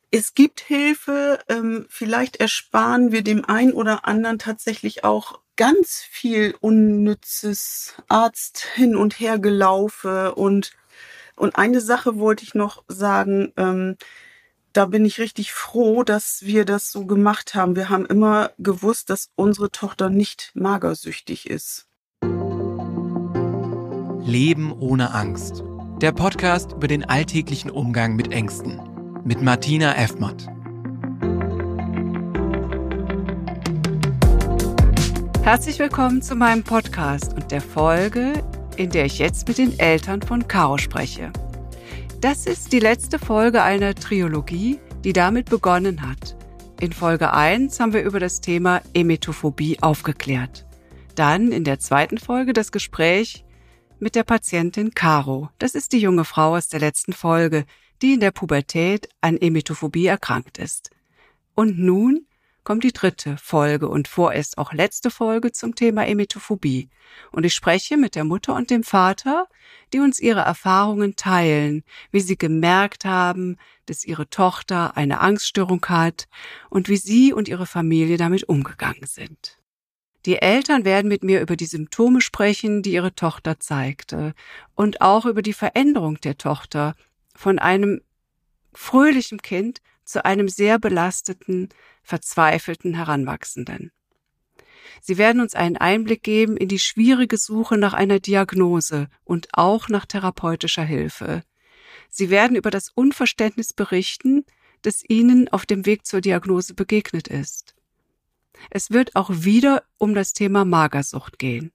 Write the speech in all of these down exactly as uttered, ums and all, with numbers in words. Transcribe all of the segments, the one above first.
Es gibt Hilfe, ähm, vielleicht ersparen wir dem einen oder anderen tatsächlich auch ganz viel unnützes Arzt hin und her gelaufe. Und, und eine Sache wollte ich noch sagen, ähm, da bin ich richtig froh, dass wir das so gemacht haben. Wir haben immer gewusst, dass unsere Tochter nicht magersüchtig ist. Leben ohne Angst. Der Podcast über den alltäglichen Umgang mit Ängsten. Mit Martina Effmatt. Herzlich willkommen zu meinem Podcast und der Folge, in der ich jetzt mit den Eltern von Caro spreche. Das ist die letzte Folge einer Trilogie, die damit begonnen hat. In Folge eins haben wir über das Thema Emetophobie aufgeklärt. Dann in der zweiten Folge das Gespräch mit der Patientin Caro. Das ist die junge Frau aus der letzten Folge, die in der Pubertät an Emetophobie erkrankt ist. Und nun kommt die dritte Folge und vorerst auch letzte Folge zum Thema Emetophobie. Und ich spreche mit der Mutter und dem Vater, die uns ihre Erfahrungen teilen, wie sie gemerkt haben, dass ihre Tochter eine Angststörung hat und wie sie und ihre Familie damit umgegangen sind. Die Eltern werden mit mir über die Symptome sprechen, die ihre Tochter zeigte, und auch über die Veränderung der Tochter von einem fröhlichen Kind zu einem sehr belasteten, verzweifelten Heranwachsenden. Sie werden uns einen Einblick geben in die schwierige Suche nach einer Diagnose und auch nach therapeutischer Hilfe. Sie werden über das Unverständnis berichten, das ihnen auf dem Weg zur Diagnose begegnet ist. Es wird auch wieder um das Thema Magersucht gehen.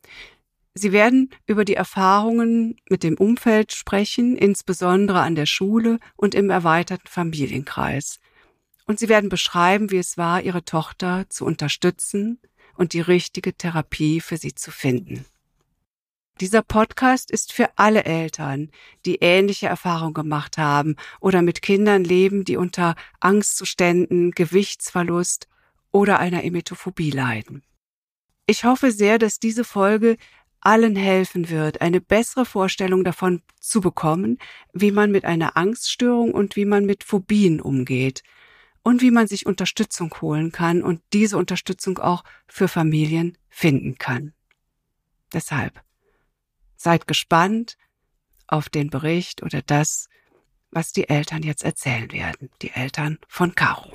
Sie werden über die Erfahrungen mit dem Umfeld sprechen, insbesondere an der Schule und im erweiterten Familienkreis. Und sie werden beschreiben, wie es war, ihre Tochter zu unterstützen und die richtige Therapie für sie zu finden. Dieser Podcast ist für alle Eltern, die ähnliche Erfahrungen gemacht haben oder mit Kindern leben, die unter Angstzuständen, Gewichtsverlust oder einer Emetophobie leiden. Ich hoffe sehr, dass diese Folge allen helfen wird, eine bessere Vorstellung davon zu bekommen, wie man mit einer Angststörung und wie man mit Phobien umgeht und wie man sich Unterstützung holen kann und diese Unterstützung auch für Familien finden kann. Deshalb seid gespannt auf den Bericht oder das, was die Eltern jetzt erzählen werden, die Eltern von Caro.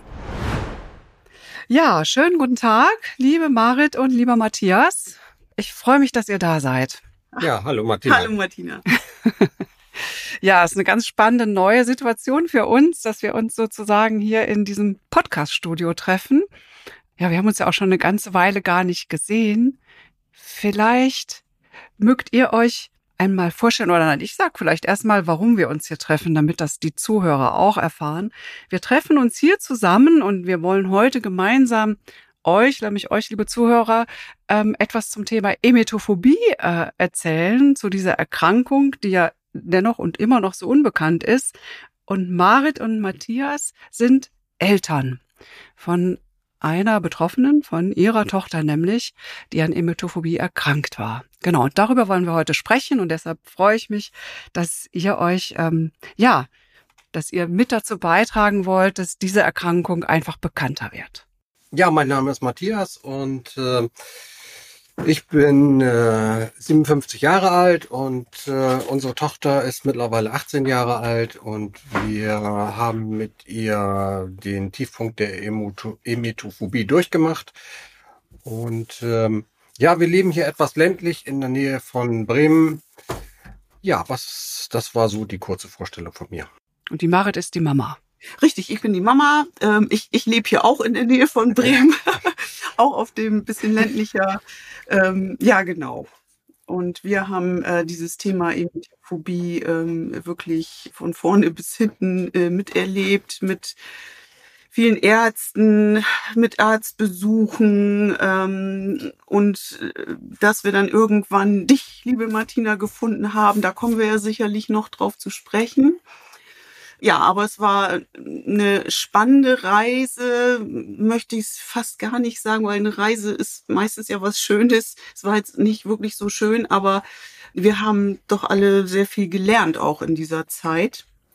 Ja, schönen guten Tag, liebe Marit und lieber Matthias. Ich freue mich, dass ihr da seid. Ja, hallo Martina. Hallo Martina. Ja, es ist eine ganz spannende neue Situation für uns, dass wir uns sozusagen hier in diesem Podcast-Studio treffen. Ja, wir haben uns ja auch schon eine ganze Weile gar nicht gesehen. Vielleicht mögt ihr euch einmal vorstellen, oder nein, ich sag vielleicht erstmal, warum wir uns hier treffen, damit das die Zuhörer auch erfahren. Wir treffen uns hier zusammen und wir wollen heute gemeinsam euch, nämlich euch, liebe Zuhörer, ähm, etwas zum Thema Emetophobie äh, erzählen, zu dieser Erkrankung, die ja dennoch und immer noch so unbekannt ist. Und Marit und Matthias sind Eltern von einer Betroffenen, von ihrer Tochter nämlich, die an Emetophobie erkrankt war. Genau, und darüber wollen wir heute sprechen und deshalb freue ich mich, dass ihr euch, ähm, ja, dass ihr mit dazu beitragen wollt, dass diese Erkrankung einfach bekannter wird. Ja, mein Name ist Matthias und äh, ich bin äh, siebenundfünfzig Jahre alt und äh, unsere Tochter ist mittlerweile achtzehn Jahre alt und wir haben mit ihr den Tiefpunkt der Emoto- Emetophobie durchgemacht. Und ähm, ja, wir leben hier etwas ländlich in der Nähe von Bremen. Ja, was das war so die kurze Vorstellung von mir. Und die Marit ist die Mama. Richtig, ich bin die Mama. Ähm, ich ich lebe hier auch in der Nähe von Bremen, auch auf dem bisschen ländlicher. Ähm, ja, genau. Und wir haben äh, dieses Thema Emetophobie ähm, wirklich von vorne bis hinten äh, miterlebt, mit vielen Ärzten, mit Arztbesuchen ähm, und äh, dass wir dann irgendwann dich, liebe Martina, gefunden haben. Da kommen wir ja sicherlich noch drauf zu sprechen. Ja, aber es war eine spannende Reise, möchte ich es fast gar nicht sagen, weil eine Reise ist meistens ja was Schönes. Es war jetzt nicht wirklich so schön, aber wir haben doch alle sehr viel gelernt auch in dieser Zeit.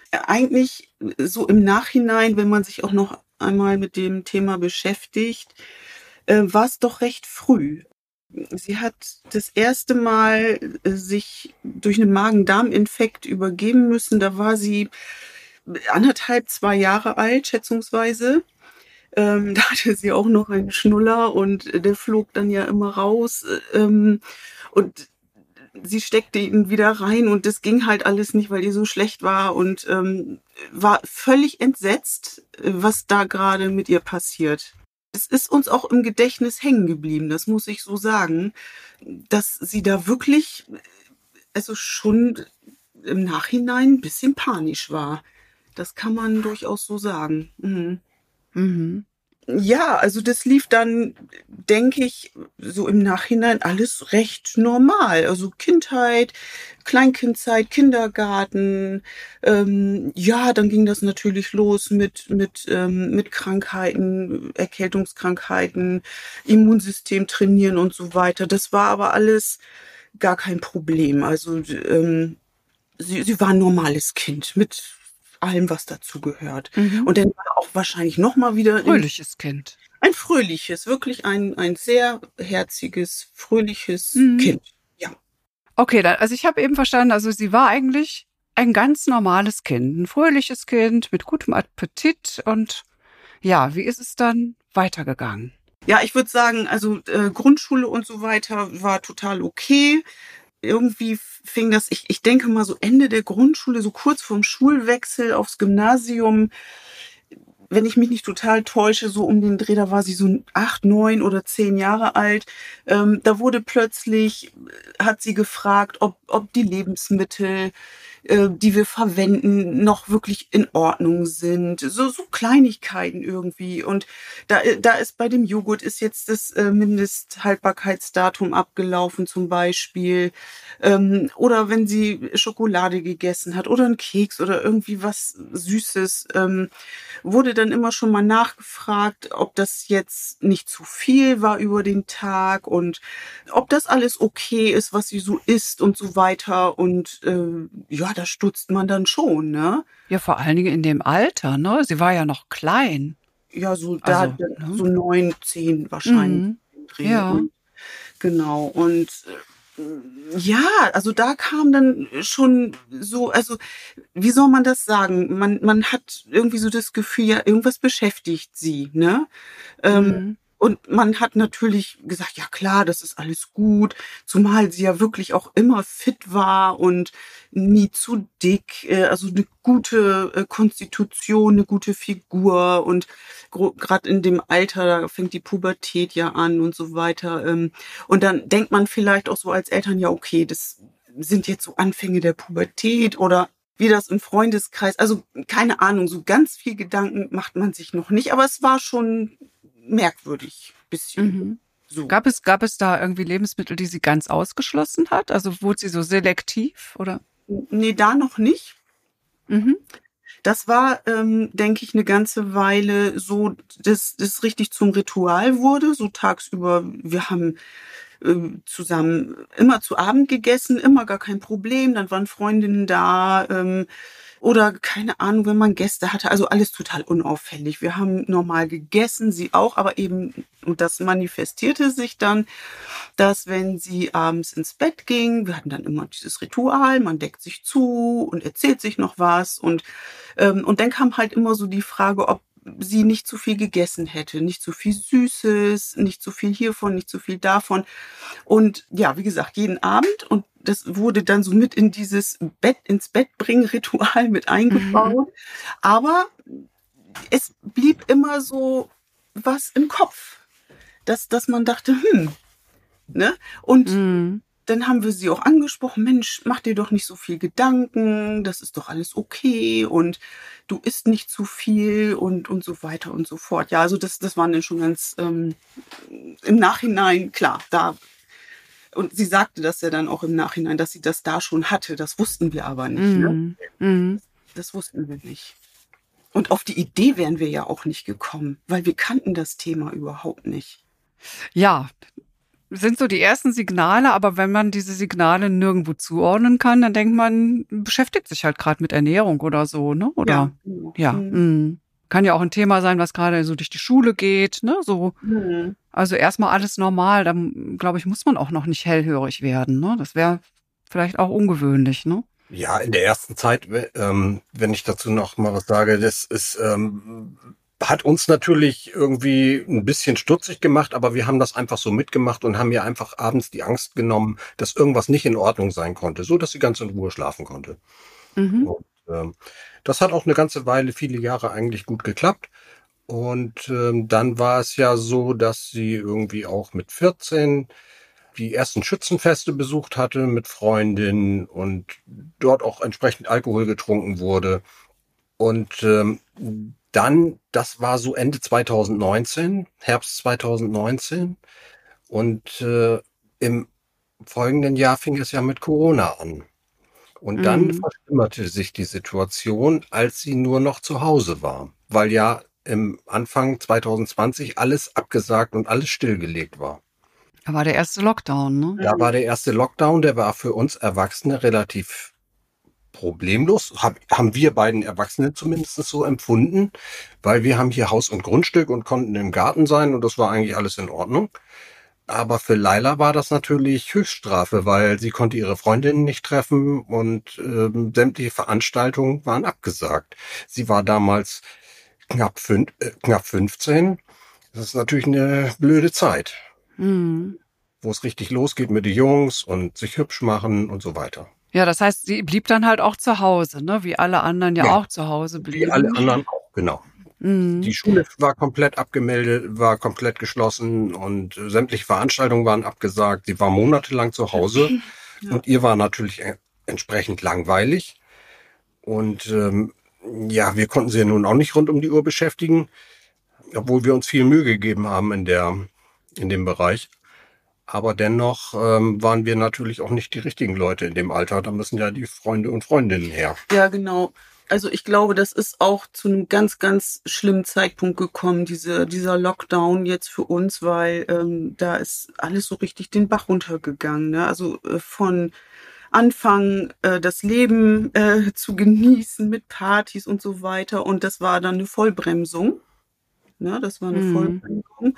eigentlich so im Nachhinein, wenn man sich auch noch einmal mit dem Thema beschäftigt, äh, war es doch recht früh. Sie hat das erste Mal äh, sich durch einen Magen-Darm-Infekt übergeben müssen. Da war sie anderthalb, zwei Jahre alt, schätzungsweise. Ähm, da hatte sie auch noch einen Schnuller und der flog dann ja immer raus. Ähm, und sie steckte ihn wieder rein und das ging halt alles nicht, weil ihr so schlecht war und ähm, war völlig entsetzt, was da gerade mit ihr passiert. Es ist uns auch im Gedächtnis hängen geblieben, das muss ich so sagen, dass sie da wirklich, also schon im Nachhinein ein bisschen panisch war. Das kann man durchaus so sagen. Mhm. Mhm. Ja, also das lief dann, denke ich, so im Nachhinein alles recht normal. Also Kindheit, Kleinkindzeit, Kindergarten. Ähm, ja, dann ging das natürlich los mit mit ähm, mit Krankheiten, Erkältungskrankheiten, Immunsystem trainieren und so weiter. Das war aber alles gar kein Problem. Also ähm, sie, sie war ein normales Kind mit allem, was dazugehört. Mhm. Und dann war auch wahrscheinlich noch mal wieder in- Fröhliches Kind. ein fröhliches, wirklich ein, ein sehr herziges, fröhliches Mhm. Kind. Ja. Okay, dann, also ich habe eben verstanden, also sie war eigentlich ein ganz normales Kind, ein fröhliches Kind mit gutem Appetit und ja, wie ist es dann weitergegangen? Ja, ich würde sagen, also äh, Grundschule und so weiter war total okay. Irgendwie fing das, ich, ich denke mal so Ende der Grundschule, so kurz vorm Schulwechsel aufs Gymnasium, wenn ich mich nicht total täusche, so um den Dreh, da war sie so acht, neun oder zehn Jahre alt. Ähm, da wurde plötzlich, hat sie gefragt, ob, ob die Lebensmittel, äh, die wir verwenden, noch wirklich in Ordnung sind. So, so Kleinigkeiten irgendwie. Und da, da ist bei dem Joghurt ist jetzt das äh, Mindesthaltbarkeitsdatum abgelaufen zum Beispiel. Ähm, oder wenn sie Schokolade gegessen hat oder einen Keks oder irgendwie was Süßes, ähm, wurde dann immer schon mal nachgefragt, ob das jetzt nicht zu viel war über den Tag und ob das alles okay ist, was sie so isst und so weiter. Und äh, ja, da stutzt man dann schon, ne? Ja, vor allen Dingen in dem Alter, ne? Sie war ja noch klein. Ja, so da Also, ne? so neun, zehn wahrscheinlich. Mhm. im Dreh. Ja. Und, genau. Und äh, ja, also da kam dann schon so, also wie soll man das sagen? Man, man hat irgendwie so das Gefühl, ja, irgendwas beschäftigt sie, ne? Ähm, Mhm. und man hat natürlich gesagt, ja klar, das ist alles gut, zumal sie ja wirklich auch immer fit war und nie zu dick, äh, also eine gute äh, Konstitution, eine gute Figur und gerade in dem Alter, da fängt die Pubertät ja an und so weiter. Ähm, und dann denkt man vielleicht auch so als Eltern, ja okay, das sind jetzt so Anfänge der Pubertät oder wie das im Freundeskreis, also keine Ahnung, so ganz viel Gedanken macht man sich noch nicht, aber es war schon merkwürdig, bisschen. Mhm. So. Gab es, gab es da irgendwie Lebensmittel, die sie ganz ausgeschlossen hat? Also wurde sie so selektiv oder? Nee, da noch nicht. Mhm. Das war, ähm, denke ich, eine ganze Weile so, dass das richtig zum Ritual wurde, so tagsüber. Wir haben äh, zusammen immer zu Abend gegessen, immer gar kein Problem. Dann waren Freundinnen da. Ähm, Oder keine Ahnung, wenn man Gäste hatte, also alles total unauffällig. Wir haben normal gegessen, sie auch, aber eben, und das manifestierte sich dann, dass wenn sie abends ins Bett ging, wir hatten dann immer dieses Ritual, man deckt sich zu und erzählt sich noch was und, ähm, und dann kam halt immer so die Frage, ob sie nicht zu viel gegessen hätte, nicht zu viel Süßes, nicht zu viel hiervon, nicht zu viel davon. Und ja, wie gesagt, jeden Abend und das wurde dann so mit in dieses Bett, ins Bett bringen Ritual mit eingebaut. Mhm. Aber es blieb immer so was im Kopf, dass, dass man dachte, hm, ne? Und mhm. dann haben wir sie auch angesprochen, Mensch, mach dir doch nicht so viel Gedanken, das ist doch alles okay und du isst nicht zu viel und, und so weiter und so fort. Ja, also das, das waren dann schon ganz ähm, im Nachhinein, klar, da. Und sie sagte das ja dann auch im Nachhinein, dass sie das da schon hatte. Das wussten wir aber nicht. Mhm. Ne? Mhm. Das wussten wir nicht. Und auf die Idee wären wir ja auch nicht gekommen, weil wir kannten das Thema überhaupt nicht. Ja, sind so die ersten Signale, aber wenn man diese Signale nirgendwo zuordnen kann, dann denkt man, beschäftigt sich halt gerade mit Ernährung oder so, ne? Oder Ja. ja, Mhm. mh. Kann ja auch ein Thema sein, was gerade so durch die Schule geht, ne? So, Mhm. also erstmal alles normal, dann glaube ich, muss man auch noch nicht hellhörig werden, ne? Das wäre vielleicht auch ungewöhnlich, ne? Ja, in der ersten Zeit, ähm, wenn ich dazu noch mal was sage, das ist, ähm, hat uns natürlich irgendwie ein bisschen stutzig gemacht, aber wir haben das einfach so mitgemacht und haben ihr einfach abends die Angst genommen, dass irgendwas nicht in Ordnung sein konnte, so dass sie ganz in Ruhe schlafen konnte. Mhm. Und ähm, das hat auch eine ganze Weile, viele Jahre eigentlich gut geklappt. Und ähm, dann war es ja so, dass sie irgendwie auch mit vierzehn die ersten Schützenfeste besucht hatte mit Freundinnen und dort auch entsprechend Alkohol getrunken wurde. Und ähm, dann, das war so Ende zwanzig neunzehn, Herbst zwanzig neunzehn. Und äh, im folgenden Jahr fing es ja mit Corona an. Und dann Mhm. verschlimmerte sich die Situation, als sie nur noch zu Hause war, weil ja im Anfang zwanzig zwanzig alles abgesagt und alles stillgelegt war. Da war der erste Lockdown, ne? Da war der erste Lockdown, der war für uns Erwachsene relativ problemlos. Hab, haben wir beiden Erwachsene zumindest so empfunden, weil wir haben hier Haus und Grundstück und konnten im Garten sein und das war eigentlich alles in Ordnung. Aber für Laila war das natürlich Höchststrafe, weil sie konnte ihre Freundinnen nicht treffen und ähm, sämtliche Veranstaltungen waren abgesagt. Sie war damals knapp, fünf, äh, knapp fünfzehn. Das ist natürlich eine blöde Zeit, Mhm. wo es richtig losgeht mit den Jungs und sich hübsch machen und so weiter. Ja, das heißt, sie blieb dann halt auch zu Hause, ne? Wie alle anderen ja, Ja. auch zu Hause blieben. Wie alle anderen auch, genau. Mhm. Die Schule war komplett abgemeldet, war komplett geschlossen und äh, sämtliche Veranstaltungen waren abgesagt. Sie war monatelang zu Hause Ja. und ihr war natürlich e- entsprechend langweilig. Und ähm, ja, wir konnten sie ja nun auch nicht rund um die Uhr beschäftigen, obwohl wir uns viel Mühe gegeben haben in der in dem Bereich. Aber dennoch ähm, waren wir natürlich auch nicht die richtigen Leute in dem Alter. Da müssen ja die Freunde und Freundinnen her. Ja, genau. Also ich glaube, das ist auch zu einem ganz, ganz schlimmen Zeitpunkt gekommen, diese, dieser Lockdown jetzt für uns, weil ähm, da ist alles so richtig den Bach runtergegangen. Ne? Also äh, von Anfang äh, das Leben äh, zu genießen mit Partys und so weiter. Und das war dann eine Vollbremsung. Ne? Das war eine Mhm. Vollbremsung.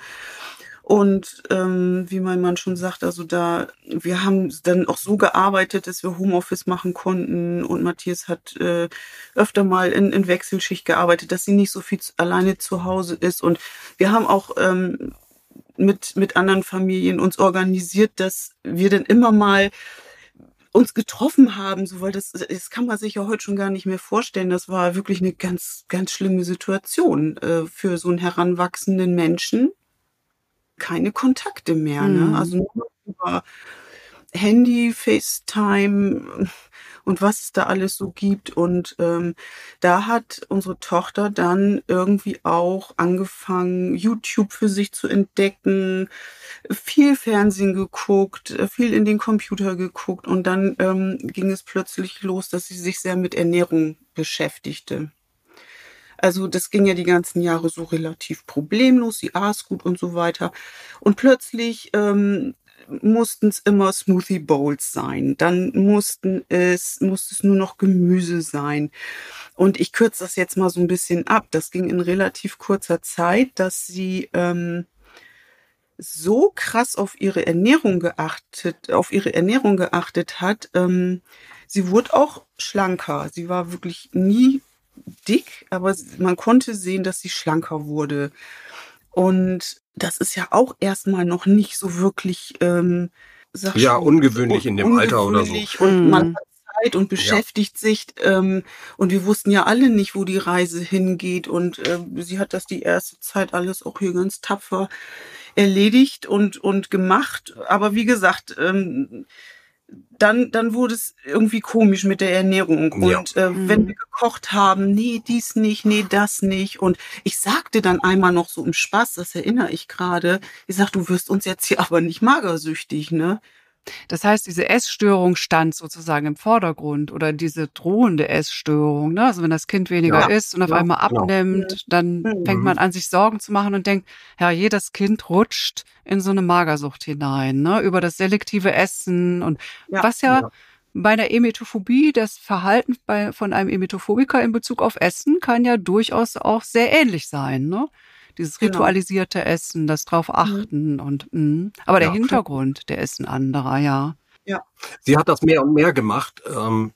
Und ähm, wie mein Mann schon sagt, also da, wir haben dann auch so gearbeitet, dass wir Homeoffice machen konnten und Matthias hat äh, öfter mal in, in Wechselschicht gearbeitet, dass sie nicht so viel zu, alleine zu Hause ist. Und wir haben auch ähm, mit, mit anderen Familien uns organisiert, dass wir dann immer mal uns getroffen haben, so, weil das, das kann man sich ja heute schon gar nicht mehr vorstellen. Das war wirklich eine ganz, ganz schlimme Situation äh, für so einen heranwachsenden Menschen. Keine Kontakte mehr, Mhm. ne? Also nur noch über Handy, FaceTime und was es da alles so gibt. Und ähm, da hat unsere Tochter dann irgendwie auch angefangen, YouTube für sich zu entdecken, viel Fernsehen geguckt, viel in den Computer geguckt. Und dann ähm, ging es plötzlich los, dass sie sich sehr mit Ernährung beschäftigte. Also das ging ja die ganzen Jahre so relativ problemlos, sie aß gut und so weiter. Und plötzlich ähm, mussten es immer Smoothie Bowls sein. Dann mussten es, musste es nur noch Gemüse sein. Und ich kürze das jetzt mal so ein bisschen ab. Das ging in relativ kurzer Zeit, dass sie ähm, so krass auf ihre Ernährung geachtet, auf ihre Ernährung geachtet hat. Ähm, sie wurde auch schlanker. Sie war wirklich nie dick, aber man konnte sehen, dass sie schlanker wurde. Und das ist ja auch erstmal noch nicht so wirklich, ähm, sag Ja, schon, ungewöhnlich in dem Alter oder so. ungewöhnlich und man Mhm. hat Zeit und beschäftigt sich. Ähm, und wir wussten ja alle nicht, wo die Reise hingeht. Und äh, sie hat das die erste Zeit alles auch hier ganz tapfer erledigt und, und gemacht. Aber wie gesagt, ähm, dann, dann wurde es irgendwie komisch mit der Ernährung. Ja. Und äh, Mhm. wenn wir gekocht haben, nee, dies nicht, nee, das nicht. Und ich sagte dann einmal noch so im Spaß, das erinnere ich gerade, ich sag, du wirst uns jetzt hier aber nicht magersüchtig, ne? Das heißt, diese Essstörung stand sozusagen im Vordergrund oder diese drohende Essstörung, ne? Also wenn das Kind weniger Ja, isst und auf ja, einmal genau. abnimmt, dann Mhm. fängt man an, sich Sorgen zu machen und denkt, ja, jedes Kind rutscht in so eine Magersucht hinein, ne? Über das selektive Essen und Ja. was ja Ja. bei einer Emetophobie, das Verhalten bei, von einem Emetophobiker in Bezug auf Essen kann ja durchaus auch sehr ähnlich sein, ne? Dieses Genau. ritualisierte Essen, das drauf Mhm. achten und mh. Aber der Ja. Hintergrund, der ist ein anderer, ja. Sie hat das mehr und mehr gemacht ähm,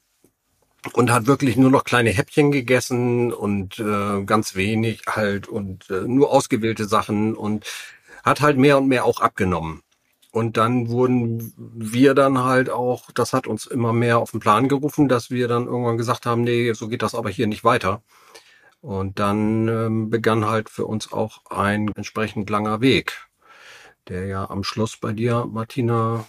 und hat wirklich nur noch kleine Häppchen gegessen und äh, ganz wenig halt und äh, nur ausgewählte Sachen und hat halt mehr und mehr auch abgenommen. Und dann wurden wir dann halt auch, das hat uns immer mehr auf den Plan gerufen, dass wir dann irgendwann gesagt haben, nee, so geht das aber hier nicht weiter. Und dann ähm, begann halt für uns auch ein entsprechend langer Weg, der ja am Schluss bei dir, Martina,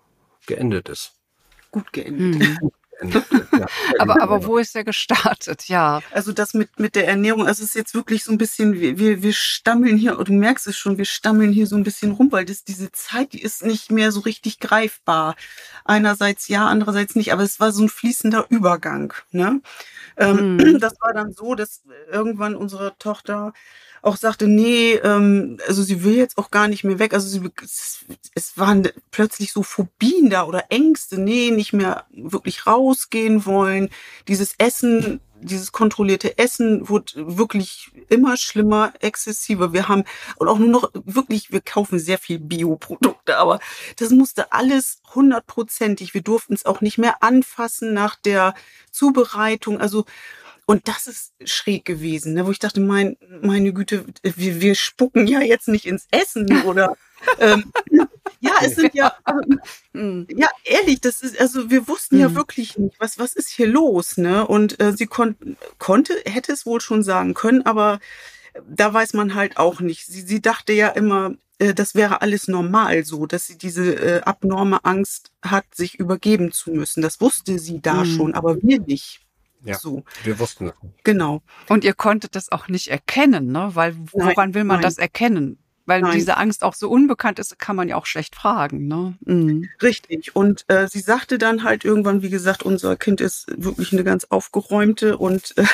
geendet ist. Gut geendet. Hm. Geendet ist, ja. Aber, aber wo ist der gestartet? Ja. Also das mit, mit der Ernährung, also es ist jetzt wirklich so ein bisschen, wir, wir, wir stammeln hier, und du merkst es schon, wir stammeln hier so ein bisschen rum, weil das, diese Zeit, die ist nicht mehr so richtig greifbar. Einerseits ja, andererseits nicht, aber es war so ein fließender Übergang, ne? Ähm, Mhm. Das war dann so, dass irgendwann unsere Tochter auch sagte, nee, ähm, also sie will jetzt auch gar nicht mehr weg. Also sie, es, es waren plötzlich so Phobien da oder Ängste, nee, nicht mehr wirklich rausgehen wollen. Dieses Essen, dieses kontrollierte Essen wurde wirklich immer schlimmer, exzessiver. Wir haben, und auch nur noch wirklich, wir kaufen sehr viel Bioprodukte, aber das musste alles hundertprozentig. Wir durften es auch nicht mehr anfassen nach der Zubereitung. Also, und das ist schräg gewesen, ne, wo ich dachte, mein, meine Güte, wir, wir spucken ja jetzt nicht ins Essen oder ähm, ja, es sind ja, ähm, Mhm. ja, ehrlich, das ist, also wir wussten ja Mhm. wirklich nicht, was, was ist hier los, ne? Und äh, sie kon konnte, hätte es wohl schon sagen können, aber da weiß man halt auch nicht. Sie, sie dachte ja immer, äh, das wäre alles normal so, dass sie diese äh, abnorme Angst hat, sich übergeben zu müssen. Das wusste sie da Mhm. schon, aber wir nicht. Ja, So, wir wussten es. genau. Und ihr konntet das auch nicht erkennen, ne? Weil Nein, woran will man nein, das erkennen? Weil nein. diese Angst auch so unbekannt ist, kann man ja auch schlecht fragen, ne? Mhm. Richtig. Und äh, sie sagte dann halt irgendwann, wie gesagt, unser Kind ist wirklich eine ganz aufgeräumte und äh,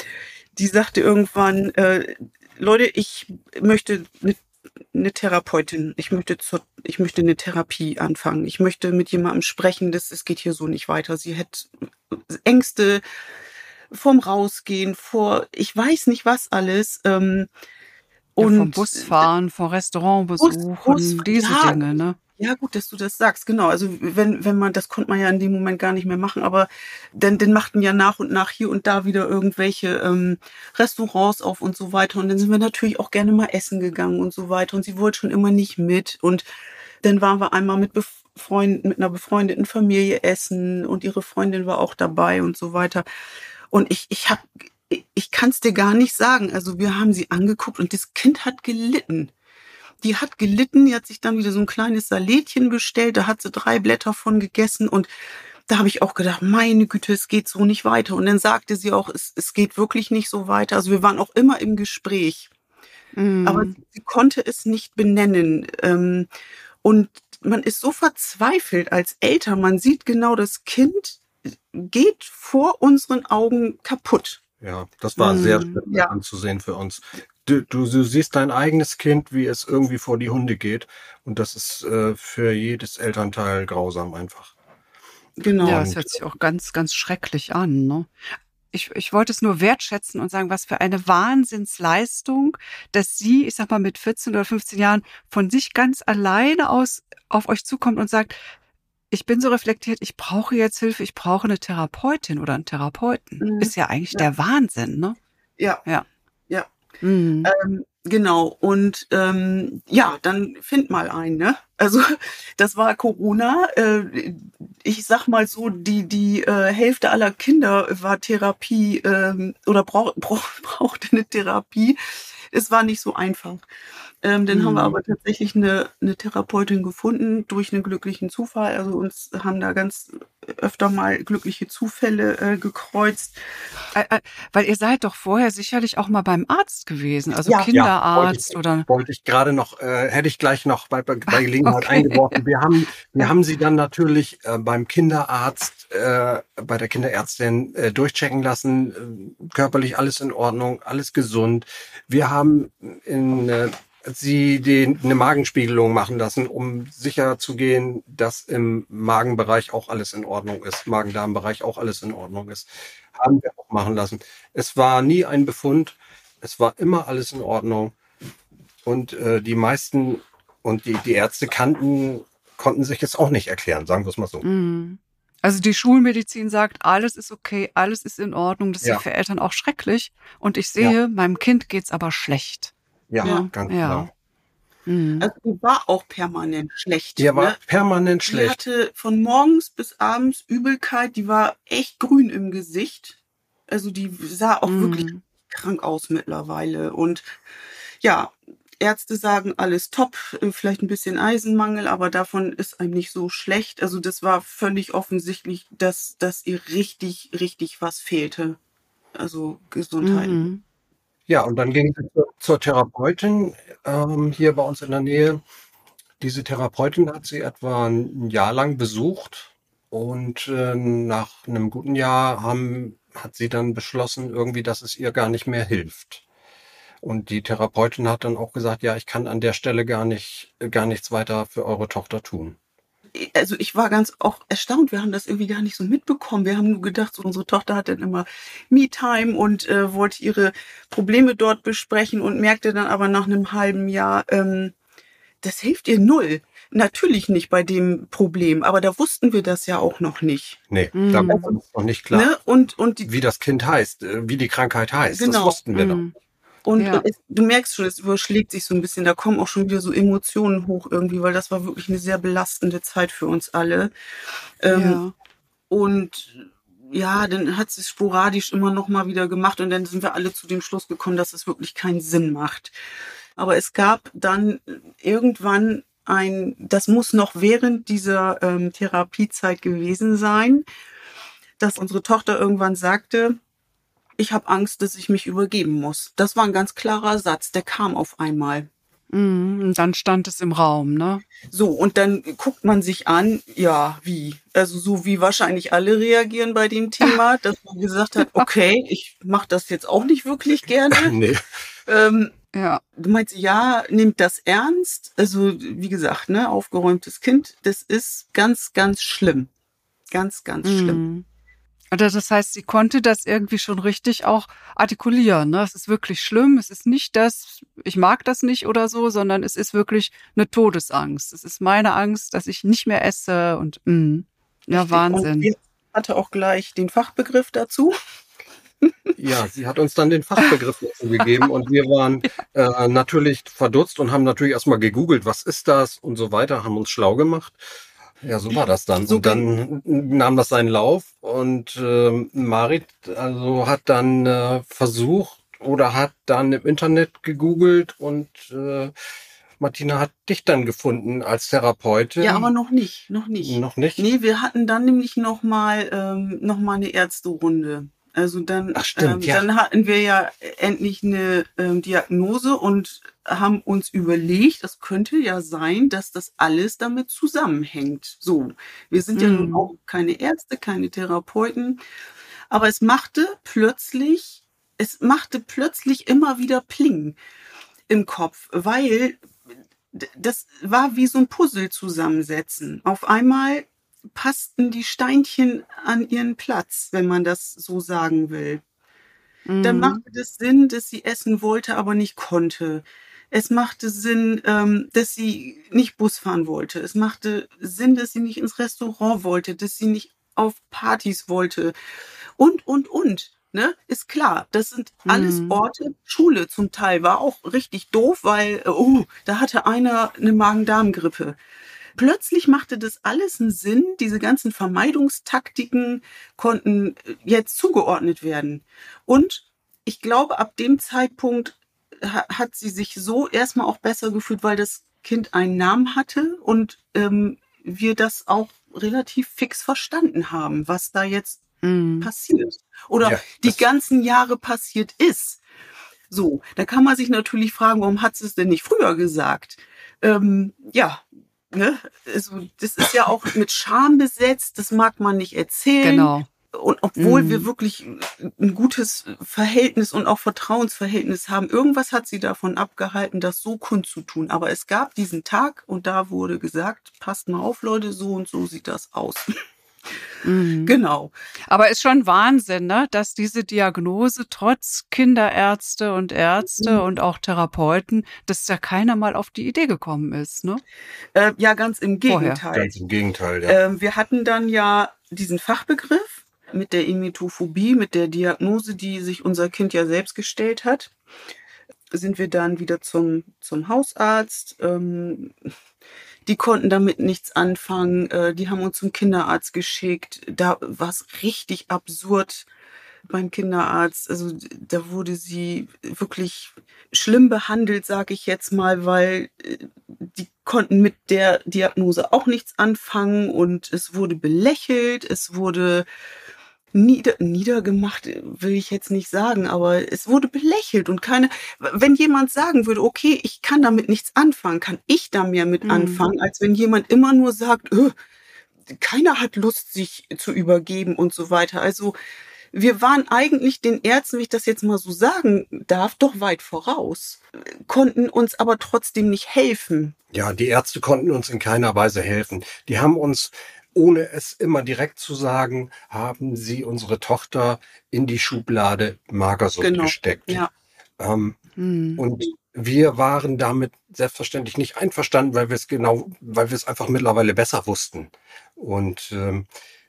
die sagte irgendwann, äh, Leute, ich möchte eine, eine Therapeutin, ich möchte zur, ich möchte eine Therapie anfangen, ich möchte mit jemandem sprechen, das, es geht hier so nicht weiter. Sie hat Ängste vorm Rausgehen, vor, ich weiß nicht was alles. Ähm, Ja, vom und Busfahren, vom Restaurant Bus, Bus, besuchen, diese ja, Dinge, ne? ja, gut, dass du das sagst, genau. Also wenn, wenn man, das konnte man ja in dem Moment gar nicht mehr machen, aber dann, dann machten ja nach und nach hier und da wieder irgendwelche ähm, Restaurants auf und so weiter. Und dann sind wir natürlich auch gerne mal essen gegangen und so weiter. Und sie wollte schon immer nicht mit. Und dann waren wir einmal mit befreund, mit einer befreundeten Familie essen und ihre Freundin war auch dabei und so weiter. Und ich, ich hab, ich kann es dir gar nicht sagen. Also wir haben sie angeguckt und das Kind hat gelitten. Die hat gelitten, die hat sich dann wieder so ein kleines Salätchen bestellt, da hat sie drei Blätter von gegessen und da habe ich auch gedacht, meine Güte, es geht so nicht weiter. Und dann sagte sie auch, es, es geht wirklich nicht so weiter. Also wir waren auch immer im Gespräch, aber Mhm. sie, sie konnte es nicht benennen. Ähm, und man ist so verzweifelt als Eltern, man sieht genau, das Kind geht vor unseren Augen kaputt. Ja, das war sehr Mhm. schlimm Ja, anzusehen für uns. Du, du, du siehst dein eigenes Kind, wie es irgendwie vor die Hunde geht. Und das ist äh, für jedes Elternteil grausam einfach. Ja, genau. es Und hört sich auch ganz, ganz schrecklich an, ne? Ich, ich wollte es nur wertschätzen und sagen, was für eine Wahnsinnsleistung, dass sie, ich sag mal, mit vierzehn oder fünfzehn Jahren von sich ganz alleine aus auf euch zukommt und sagt, ich bin so reflektiert, ich brauche jetzt Hilfe, ich brauche eine Therapeutin oder einen Therapeuten. Mhm. Ist ja eigentlich Ja, der Wahnsinn, ne? ja, Ja. ja. Mhm. Ähm, genau, und ähm, ja, dann find mal einen, ne? Also das war Corona. Äh, ich sag mal so, die die äh, Hälfte aller Kinder war Therapie ähm, oder brauch, brauch, brauchte eine Therapie. Es war nicht so einfach. Ähm, dann haben wir Mhm. aber tatsächlich eine, eine Therapeutin gefunden durch einen glücklichen Zufall. Also uns haben da ganz öfter mal glückliche Zufälle äh, gekreuzt. Äh, äh, weil ihr seid doch vorher sicherlich auch mal beim Arzt gewesen, also Ja. Kinderarzt ja, wollte ich, oder... wollte ich gerade noch, äh, hätte ich gleich noch bei, bei Gelegenheit Okay. eingeworfen. Wir haben, wir Ja. haben sie dann natürlich äh, beim Kinderarzt, äh, bei der Kinderärztin äh, durchchecken lassen, äh, körperlich alles in Ordnung, alles gesund. Wir haben in äh, sie den, eine Magenspiegelung machen lassen, um sicher zu gehen, dass im Magenbereich auch alles in Ordnung ist, Magen-Darm-Bereich auch alles in Ordnung ist. Haben wir auch machen lassen. Es war nie ein Befund, es war immer alles in Ordnung. Und äh, die meisten und die, die Ärzte kannten, konnten sich jetzt auch nicht erklären, sagen wir es mal so. Mhm. Also die Schulmedizin sagt, alles ist okay, alles ist in Ordnung. Das ist Ja. ja für Eltern auch schrecklich. Und ich sehe, meinem Kind geht's aber schlecht. Ja, Ja. ganz Ja. genau. Mhm. Also die war auch permanent schlecht. Die war ne? permanent Die schlecht. hatte von morgens bis abends Übelkeit, die war echt grün im Gesicht. Also die sah auch Mhm. wirklich krank aus mittlerweile. Und ja, Ärzte sagen alles top, vielleicht ein bisschen Eisenmangel, aber davon ist einem nicht so schlecht. Also das war völlig offensichtlich, dass, dass ihr richtig, richtig was fehlte. Also Gesundheit. Mhm. Ja, und dann ging sie zur, zur Therapeutin ähm, hier bei uns in der Nähe. Diese Therapeutin hat sie etwa ein Jahr lang besucht und äh, nach einem guten Jahr haben, hat sie dann beschlossen, irgendwie, dass es ihr gar nicht mehr hilft. Und die Therapeutin hat dann auch gesagt, ja, ich kann an der Stelle gar nicht, gar nichts weiter für eure Tochter tun. Also ich war ganz auch erstaunt, wir haben das irgendwie gar nicht so mitbekommen. Wir haben nur gedacht, so unsere Tochter hat dann immer Me-Time und äh, wollte ihre Probleme dort besprechen und merkte dann aber nach einem halben Jahr, ähm, das hilft ihr null. Natürlich nicht bei dem Problem, aber da wussten wir das ja auch noch nicht. Nee, Mhm. da war uns noch nicht klar, Ne? Und, und, die, wie das Kind heißt, äh, wie die Krankheit heißt. Das Genau. wussten wir doch. Mhm. und, Ja. und es, du merkst schon, es überschlägt sich so ein bisschen, da kommen auch schon wieder so Emotionen hoch irgendwie, weil das war wirklich eine sehr belastende Zeit für uns alle. Ähm, Ja. Und ja, dann hat sie es sporadisch immer noch mal wieder gemacht und dann sind wir alle zu dem Schluss gekommen, dass es wirklich keinen Sinn macht. Aber es gab dann irgendwann ein, das muss noch während dieser ähm, Therapiezeit gewesen sein, dass unsere Tochter irgendwann sagte, ich habe Angst, dass ich mich übergeben muss. Das war ein ganz klarer Satz, der kam auf einmal. Mhm. Und dann stand es im Raum, ne? So, und dann guckt man sich an, ja, wie? Also so wie wahrscheinlich alle reagieren bei dem Thema, dass man gesagt hat, okay, ich mache das jetzt auch nicht wirklich gerne. Nee. Ähm, Ja. du meinst, ja, nimmt das ernst? Also wie gesagt, ne, aufgeräumtes Kind, das ist ganz, ganz schlimm. Ganz, ganz schlimm. Mhm. Also das heißt, sie konnte das irgendwie schon richtig auch artikulieren. Ne? Es ist wirklich schlimm. Es ist nicht das, ich mag das nicht oder so, sondern es ist wirklich eine Todesangst. Es ist meine Angst, dass ich nicht mehr esse und mh. Ja, Richtig. Und Wahnsinn. sie hatte auch gleich den Fachbegriff dazu. Ja, sie hat uns dann den Fachbegriff dazu gegeben und wir waren äh, natürlich verdutzt und haben natürlich erstmal gegoogelt, was ist das und so weiter, haben uns schlau gemacht. Ja, so war das dann. So und dann nahm das seinen Lauf und äh, Marit also hat dann äh, versucht oder hat dann im Internet gegoogelt und äh, Martina hat dich dann gefunden als Therapeutin. Ja, aber noch nicht, noch nicht. Noch nicht? Nee, wir hatten dann nämlich noch mal, ähm, noch mal eine Ärzterunde. Also dann, Ach, stimmt, ähm, ja. dann hatten wir ja endlich eine ähm, Diagnose und haben uns überlegt, das könnte ja sein, dass das alles damit zusammenhängt. So, wir sind ja Mhm. nun auch keine Ärzte, keine Therapeuten, aber es machte plötzlich, es machte plötzlich immer wieder Pling im Kopf, weil d- das war wie so ein Puzzle zusammensetzen. Auf einmal passten die Steinchen an ihren Platz, wenn man das so sagen will. Dann Mhm. machte das Sinn, dass sie essen wollte, aber nicht konnte. Es machte Sinn, ähm, dass sie nicht Bus fahren wollte. Es machte Sinn, dass sie nicht ins Restaurant wollte, dass sie nicht auf Partys wollte. Und, und, und. Ne? Ist klar, das sind alles Mhm. Orte. Schule zum Teil war auch richtig doof, weil, äh, oh, da hatte einer eine Magen-Darm-Grippe. Plötzlich machte das alles einen Sinn. Diese ganzen Vermeidungstaktiken konnten jetzt zugeordnet werden. Und ich glaube, ab dem Zeitpunkt ha- hat sie sich so erstmal auch besser gefühlt, weil das Kind einen Namen hatte und ähm, wir das auch relativ fix verstanden haben, was da jetzt Mhm. passiert oder Ja, die das- ganzen Jahre passiert ist. So, da kann man sich natürlich fragen, warum hat sie es denn nicht früher gesagt? Ähm, ja, ne, also das ist ja auch mit Scham besetzt, das mag man nicht erzählen. Genau. Und obwohl Mhm. wir wirklich ein gutes Verhältnis und auch Vertrauensverhältnis haben, irgendwas hat sie davon abgehalten, das so kundzutun. Aber es gab diesen Tag und da wurde gesagt, passt mal auf, Leute, so und so sieht das aus. Mhm. Genau. Aber ist schon Wahnsinn, ne, dass diese Diagnose trotz Kinderärzte und Ärzte Mhm. und auch Therapeuten, dass da keiner mal auf die Idee gekommen ist, ne? Äh, ja, ganz im Vorher. Gegenteil. Ganz im Gegenteil, ja. Ähm, wir hatten dann ja diesen Fachbegriff mit der Emetophobie, mit der Diagnose, die sich unser Kind ja selbst gestellt hat. Sind wir dann wieder zum, zum Hausarzt. Ähm, die konnten damit nichts anfangen. Äh, die haben uns zum Kinderarzt geschickt. Da war es richtig absurd beim Kinderarzt. Also da wurde sie wirklich schlimm behandelt, sage ich jetzt mal, weil äh, die konnten mit der Diagnose auch nichts anfangen und es wurde belächelt, es wurde nieder, niedergemacht, will ich jetzt nicht sagen, aber es wurde belächelt und keine, wenn jemand sagen würde, okay, ich kann damit nichts anfangen, kann ich da mehr mit Mhm. anfangen, als wenn jemand immer nur sagt, öh, keiner hat Lust, sich zu übergeben und so weiter. Also wir waren eigentlich den Ärzten, wenn ich das jetzt mal so sagen darf, doch weit voraus, konnten uns aber trotzdem nicht helfen. Ja, die Ärzte konnten uns in keiner Weise helfen. Die haben uns, ohne es immer direkt zu sagen, haben sie unsere Tochter in die Schublade Magersucht Genau, gesteckt. ja. Ähm, Mhm. und wir waren damit selbstverständlich nicht einverstanden, weil wir es genau, weil wir es einfach mittlerweile besser wussten. Und ähm,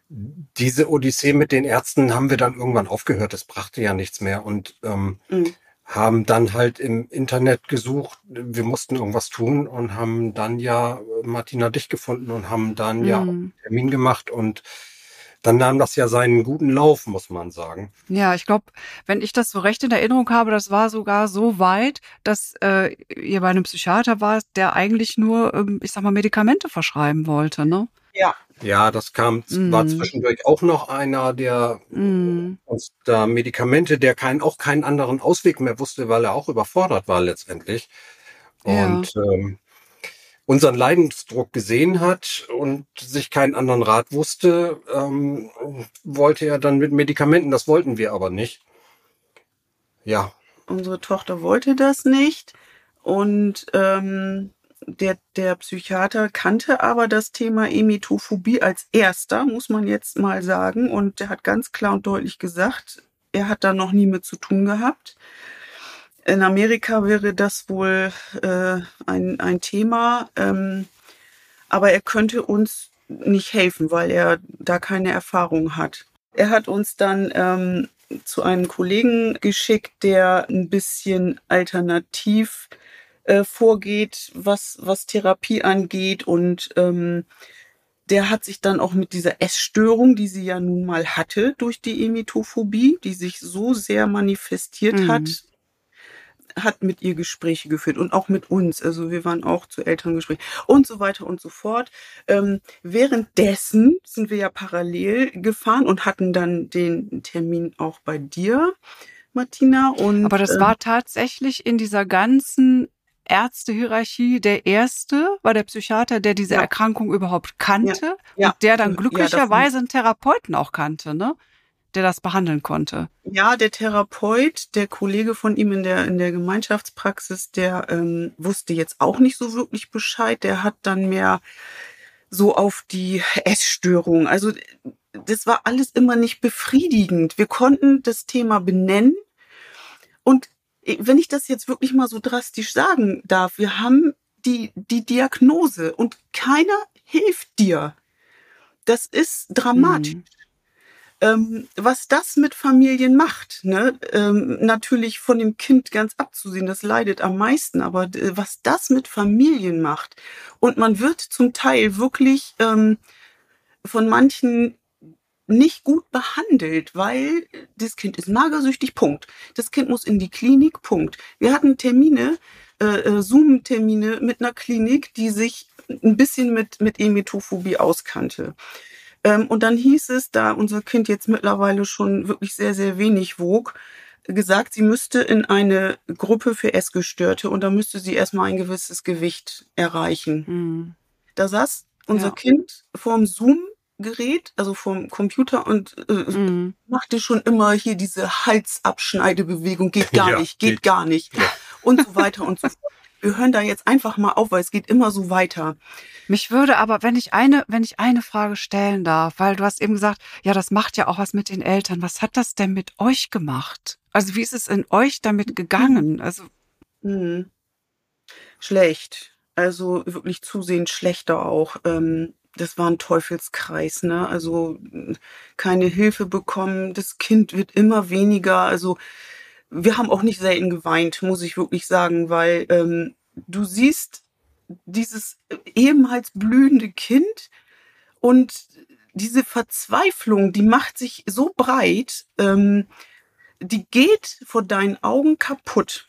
diese Odyssee mit den Ärzten haben wir dann irgendwann aufgehört. Das brachte ja nichts mehr und ähm, Mhm. haben dann halt im Internet gesucht. Wir mussten irgendwas tun und haben dann ja Martina dich gefunden und haben dann ja auch Mhm. einen Termin gemacht und dann nahm das ja seinen guten Lauf, muss man sagen. Ja, ich glaube, wenn ich das so recht in Erinnerung habe, das war sogar so weit, dass äh, ihr bei einem Psychiater war, der eigentlich nur, ähm, ich sag mal, Medikamente verschreiben wollte, ne? Ja. Ja, das kam, war Mhm. zwischendurch auch noch einer, der Mhm. uns da Medikamente, der keinen, auch keinen anderen Ausweg mehr wusste, weil er auch überfordert war letztendlich. Ja. Und ähm, unseren Leidensdruck gesehen hat und sich keinen anderen Rat wusste, ähm, wollte er dann mit Medikamenten, das wollten wir aber nicht. Ja, Unsere Tochter wollte das nicht und ähm, der, der Psychiater kannte aber das Thema Emetophobie als erster, muss man jetzt mal sagen. Und der hat ganz klar und deutlich gesagt, er hat da noch nie mit zu tun gehabt. In Amerika wäre das wohl äh, ein, ein Thema, ähm, aber er könnte uns nicht helfen, weil er da keine Erfahrung hat. Er hat uns dann ähm, zu einem Kollegen geschickt, der ein bisschen alternativ äh, vorgeht, was, was Therapie angeht. Und ähm, der hat sich dann auch mit dieser Essstörung, die sie ja nun mal hatte durch die Emetophobie, die sich so sehr manifestiert Mhm. hat, hat mit ihr Gespräche geführt und auch mit uns. Also wir waren auch zu Elterngesprächen und so weiter und so fort. Ähm, währenddessen sind wir ja parallel gefahren und hatten dann den Termin auch bei dir, Martina. Und Aber das ähm, war tatsächlich in dieser ganzen Ärztehierarchie der erste, war der Psychiater, der diese Ja. Erkrankung überhaupt kannte Ja. und der dann Ja, glücklicherweise einen Therapeuten auch kannte, ne? Der das behandeln konnte. Ja, der Therapeut, der Kollege von ihm in der, in der Gemeinschaftspraxis, der ähm, wusste jetzt auch nicht so wirklich Bescheid. Der hat dann mehr so auf die Essstörung. Also das war alles immer nicht befriedigend. Wir konnten das Thema benennen. Und wenn ich das jetzt wirklich mal so drastisch sagen darf, wir haben die, die Diagnose und keiner hilft dir. Das ist dramatisch. Mhm. Ähm, was das mit Familien macht, ne? Ähm, natürlich von dem Kind ganz abzusehen, das leidet am meisten, aber äh, was das mit Familien macht. Und man wird zum Teil wirklich ähm, von manchen nicht gut behandelt, weil das Kind ist magersüchtig, Punkt. Das Kind muss in die Klinik, Punkt. Wir hatten Termine äh, Zoom-Termine mit einer Klinik, die sich ein bisschen mit, mit Emetophobie auskannte. Ähm, und dann hieß es, da unser Kind jetzt mittlerweile schon wirklich sehr, sehr wenig wog, gesagt, sie müsste in eine Gruppe für Essgestörte und da müsste sie erstmal ein gewisses Gewicht erreichen. Mhm. Da saß unser Ja. Kind vorm Zoom-Gerät, also vorm Computer und äh, Mhm. machte schon immer hier diese Halsabschneidebewegung, geht gar Ja, nicht, geht, geht. gar nicht Ja. und so weiter und so fort. Wir hören da jetzt einfach mal auf, weil es geht immer so weiter. Mich würde aber, wenn ich eine, wenn ich eine Frage stellen darf, weil du hast eben gesagt, ja, das macht ja auch was mit den Eltern. Was hat das denn mit euch gemacht? Also wie ist es in euch damit gegangen? Also Hm. Schlecht. Also wirklich zusehends schlechter auch. Ähm, das war ein Teufelskreis, ne? Also mh, keine Hilfe bekommen, das Kind wird immer weniger. Also wir haben auch nicht selten geweint, muss ich wirklich sagen, weil ähm, du siehst dieses ehemals blühende Kind und diese Verzweiflung, die macht sich so breit, ähm, die geht vor deinen Augen kaputt.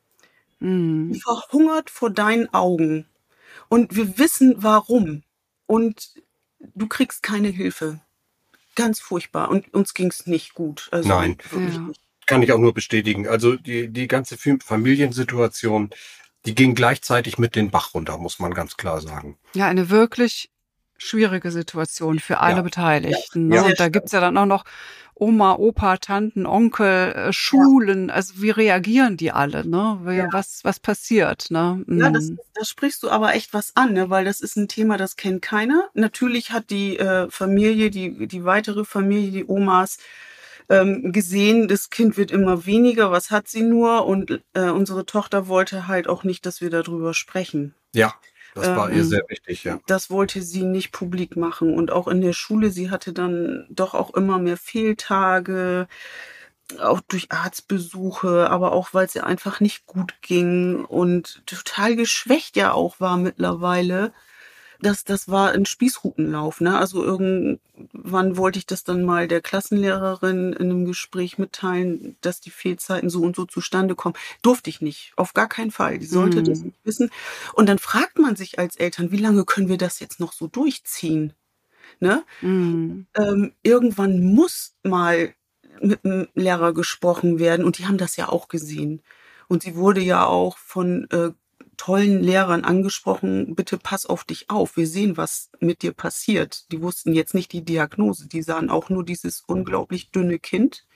Die mh, verhungert vor deinen Augen. Und wir wissen warum. Und du kriegst keine Hilfe. Ganz furchtbar. Und uns ging's nicht gut. Also Nein. wirklich Ja. nicht. Kann ich auch nur bestätigen. Also die, die ganze Fam- Familiensituation, die ging gleichzeitig mit den Bach runter, muss man ganz klar sagen. ja, eine wirklich schwierige Situation für alle Ja. Beteiligten. Ja. Ne? Sehr Und da stark. gibt's ja dann auch noch Oma, Opa, Tanten, Onkel, äh, Schulen. Also wie reagieren die alle? Ne? Wie, Ja. was, was passiert? Ne? Ja, das, Mhm. da sprichst du aber echt was an, ne? Weil das ist ein Thema, das kennt keiner. Natürlich hat die äh, Familie, die, die weitere Familie, die Omas, ähm, gesehen, das Kind wird immer weniger, was hat sie nur? Und äh, unsere Tochter wollte halt auch nicht, dass wir darüber sprechen. Ja, das war ihr Ähm, sehr wichtig, ja. Das wollte sie nicht publik machen. Und auch in der Schule, sie hatte dann doch auch immer mehr Fehltage, auch durch Arztbesuche, aber auch, weil es ihr einfach nicht gut ging und total geschwächt ja auch war mittlerweile. Das, das war ein Spießrutenlauf, ne? Also irgendwann wollte ich das dann mal der Klassenlehrerin in einem Gespräch mitteilen, dass die Fehlzeiten so und so zustande kommen. Durfte ich nicht, auf gar keinen Fall. Die sollte das Mhm. nicht wissen. Und dann fragt man sich als Eltern, wie lange können wir das jetzt noch so durchziehen? Ne? Mhm. Ähm, irgendwann muss mal mit dem Lehrer gesprochen werden und die haben das ja auch gesehen. Und sie wurde ja auch von äh, tollen Lehrern angesprochen, bitte pass auf dich auf, wir sehen, was mit dir passiert. Die wussten jetzt nicht die Diagnose, die sahen auch nur dieses unglaublich dünne Kind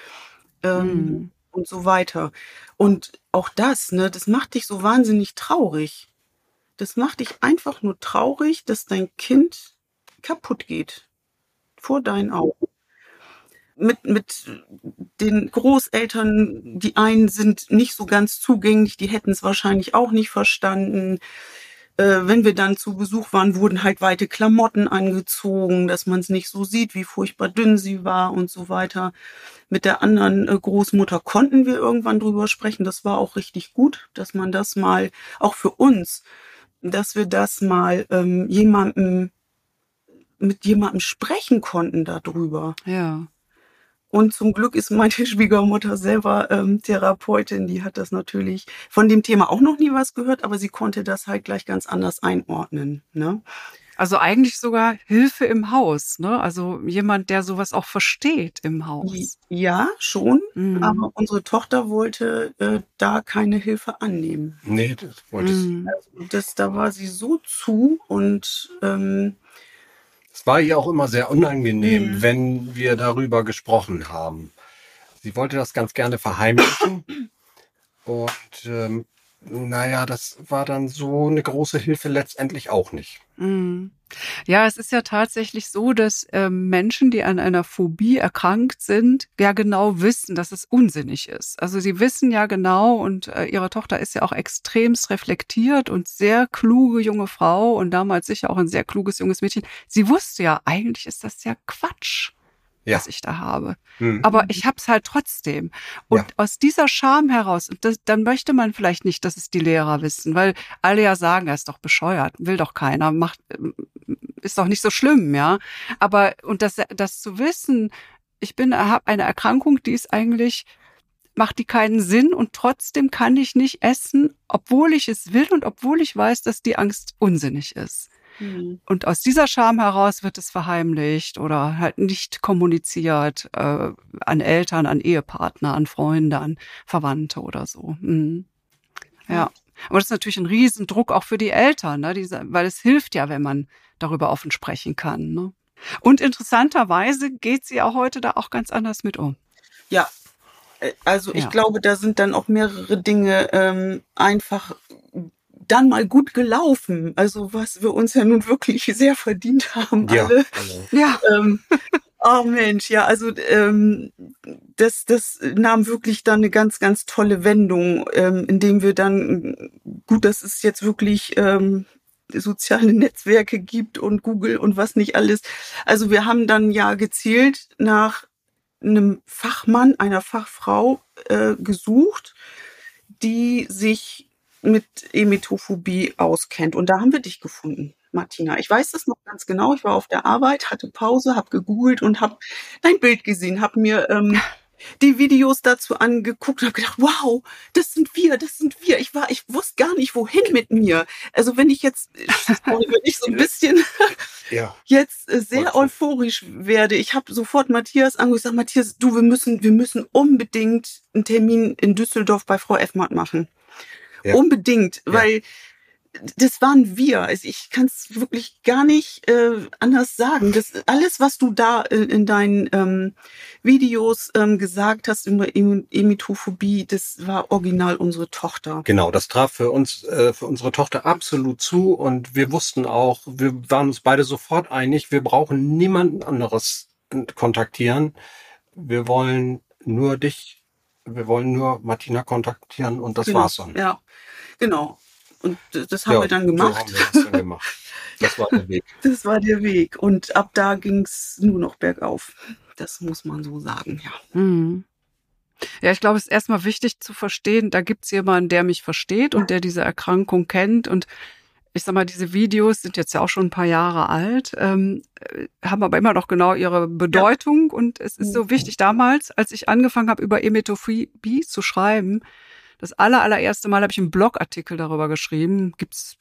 ähm, Mhm. und so weiter. Und auch das, ne, das macht dich so wahnsinnig traurig. Das macht dich einfach nur traurig, dass dein Kind kaputt geht vor deinen Augen. Mit, mit den Großeltern, die einen sind nicht so ganz zugänglich, die hätten es wahrscheinlich auch nicht verstanden. Äh, wenn wir dann zu Besuch waren, wurden halt weite Klamotten angezogen, dass man es nicht so sieht, wie furchtbar dünn sie war und so weiter. Mit der anderen äh, Großmutter konnten wir irgendwann drüber sprechen. Das war auch richtig gut, dass man das mal, auch für uns, dass wir das mal ähm, jemandem, mit jemandem sprechen konnten darüber. Ja. Und zum Glück ist meine Schwiegermutter selber ähm, Therapeutin. Die hat das natürlich von dem Thema auch noch nie was gehört, aber sie konnte das halt gleich ganz anders einordnen. Ne? Also eigentlich sogar Hilfe im Haus, ne? Also jemand, der sowas auch versteht im Haus. Ja, schon. Mhm. Aber unsere Tochter wollte äh, da keine Hilfe annehmen. Nee, das wollte ich. Mhm. Also das, da war sie so zu und ähm, Es war ihr auch immer sehr unangenehm, Mhm. wenn wir darüber gesprochen haben. Sie wollte das ganz gerne verheimlichen. Und ähm, naja, das war dann so eine große Hilfe letztendlich auch nicht. Mhm. Ja, es ist ja tatsächlich so, dass ähm, Menschen, die an einer Phobie erkrankt sind, ja genau wissen, dass es unsinnig ist. Also sie wissen ja genau, und äh, ihre Tochter ist ja auch extremst reflektiert und sehr kluge junge Frau und damals sicher auch ein sehr kluges junges Mädchen. Sie wusste ja, eigentlich ist das ja Quatsch, Ja. was ich da habe. Hm. Aber ich hab's halt trotzdem. Und Ja. aus dieser Scham heraus, und das, dann möchte man vielleicht nicht, dass es die Lehrer wissen, weil alle ja sagen, er ist doch bescheuert, will doch keiner, macht, ist doch nicht so schlimm, ja. Aber, und das, das zu wissen, ich bin, habe eine Erkrankung, die ist eigentlich macht die keinen Sinn und trotzdem kann ich nicht essen, obwohl ich es will und obwohl ich weiß, dass die Angst unsinnig ist. Mhm. Und aus dieser Scham heraus wird es verheimlicht oder halt nicht kommuniziert äh, an Eltern, an Ehepartner, an Freunde, an Verwandte oder so. Mhm. Ja. Aber das ist natürlich ein Riesendruck auch für die Eltern, ne? Diese, weil es hilft ja, wenn man darüber offen sprechen kann. Ne? Und interessanterweise geht sie auch heute da auch ganz anders mit um. Ja, also ich ja. glaube, da sind dann auch mehrere Dinge ähm, einfach dann mal gut gelaufen. Also was wir uns ja nun wirklich sehr verdient haben ja. alle. Ja. Ähm, oh Mensch, ja, also ähm, das, das nahm wirklich dann eine ganz, ganz tolle Wendung, ähm, indem wir dann, gut, dass es jetzt wirklich ähm, soziale Netzwerke gibt und Google und was nicht alles. Also wir haben dann ja gezielt nach einem Fachmann, einer Fachfrau äh, gesucht, die sich mit Emetophobie auskennt. Und da haben wir dich gefunden, Martina. Ich weiß das noch ganz genau. Ich war auf der Arbeit, hatte Pause, habe gegoogelt und habe dein Bild gesehen, habe mir ähm, die Videos dazu angeguckt und habe gedacht, wow, das sind wir, das sind wir. Ich war, ich wusste gar nicht, wohin mit mir. Also wenn ich jetzt, wenn ich so ein bisschen ja. jetzt sehr euphorisch werde, ich habe sofort Matthias angerufen, Matthias, du, wir müssen, wir müssen unbedingt einen Termin in Düsseldorf bei Frau Effmann machen. Ja. Unbedingt, ja. Weil das waren wir. Also ich kann es wirklich gar nicht äh, anders sagen. Das alles, was du da äh, in deinen ähm, Videos ähm, gesagt hast über Emetophobie, das war original unsere Tochter. Genau, das traf für uns, äh, für unsere Tochter absolut zu und wir wussten auch, wir waren uns beide sofort einig, wir brauchen niemanden anderes kontaktieren. Wir wollen nur dich, wir wollen nur Martina kontaktieren und das genau. war's dann. Ja, genau. Und das haben ja, wir dann gemacht. So haben wir das dann gemacht. Das war der Weg. Das war der Weg. Und ab da ging's nur noch bergauf. Das muss man so sagen, ja. Mhm. Ja, ich glaube, es ist erstmal wichtig zu verstehen, da gibt's jemanden, der mich versteht und der diese Erkrankung kennt. Und ich sag mal, diese Videos sind jetzt ja auch schon ein paar Jahre alt, ähm, haben aber immer noch genau ihre Bedeutung. Ja. Und es ist so wichtig, damals, als ich angefangen habe, über Emetophobie zu schreiben, das aller, allererste Mal habe ich einen Blogartikel darüber geschrieben. Gibt's,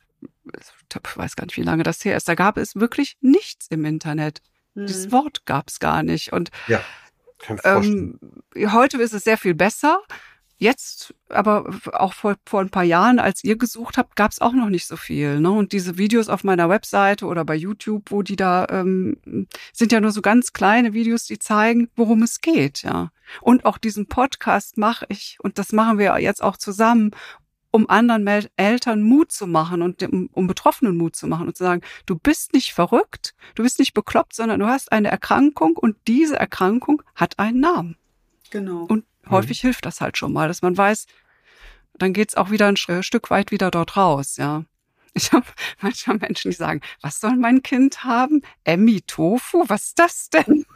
ich weiß gar nicht, wie lange das her ist. Da gab es wirklich nichts im Internet. Mhm. Dieses Wort gab es gar nicht. Und ja, kann ich vorstellen. Ähm, heute ist es sehr viel besser. Jetzt, aber auch vor, vor ein paar Jahren, als ihr gesucht habt, gab es auch noch nicht so viel. Ne? Und diese Videos auf meiner Webseite oder bei YouTube, wo die da ähm, sind ja nur so ganz kleine Videos, die zeigen, worum es geht. Ja. Und auch diesen Podcast mache ich, und das machen wir jetzt auch zusammen, um anderen Mel- Eltern Mut zu machen und um, um Betroffenen Mut zu machen und zu sagen, du bist nicht verrückt, du bist nicht bekloppt, sondern du hast eine Erkrankung und diese Erkrankung hat einen Namen. Genau. Und häufig mhm. hilft das halt schon mal, dass man weiß, dann geht's auch wieder ein Stück weit wieder dort raus, ja. Ich habe manchmal Menschen, die sagen, was soll mein Kind haben? Emetofu, was ist das denn?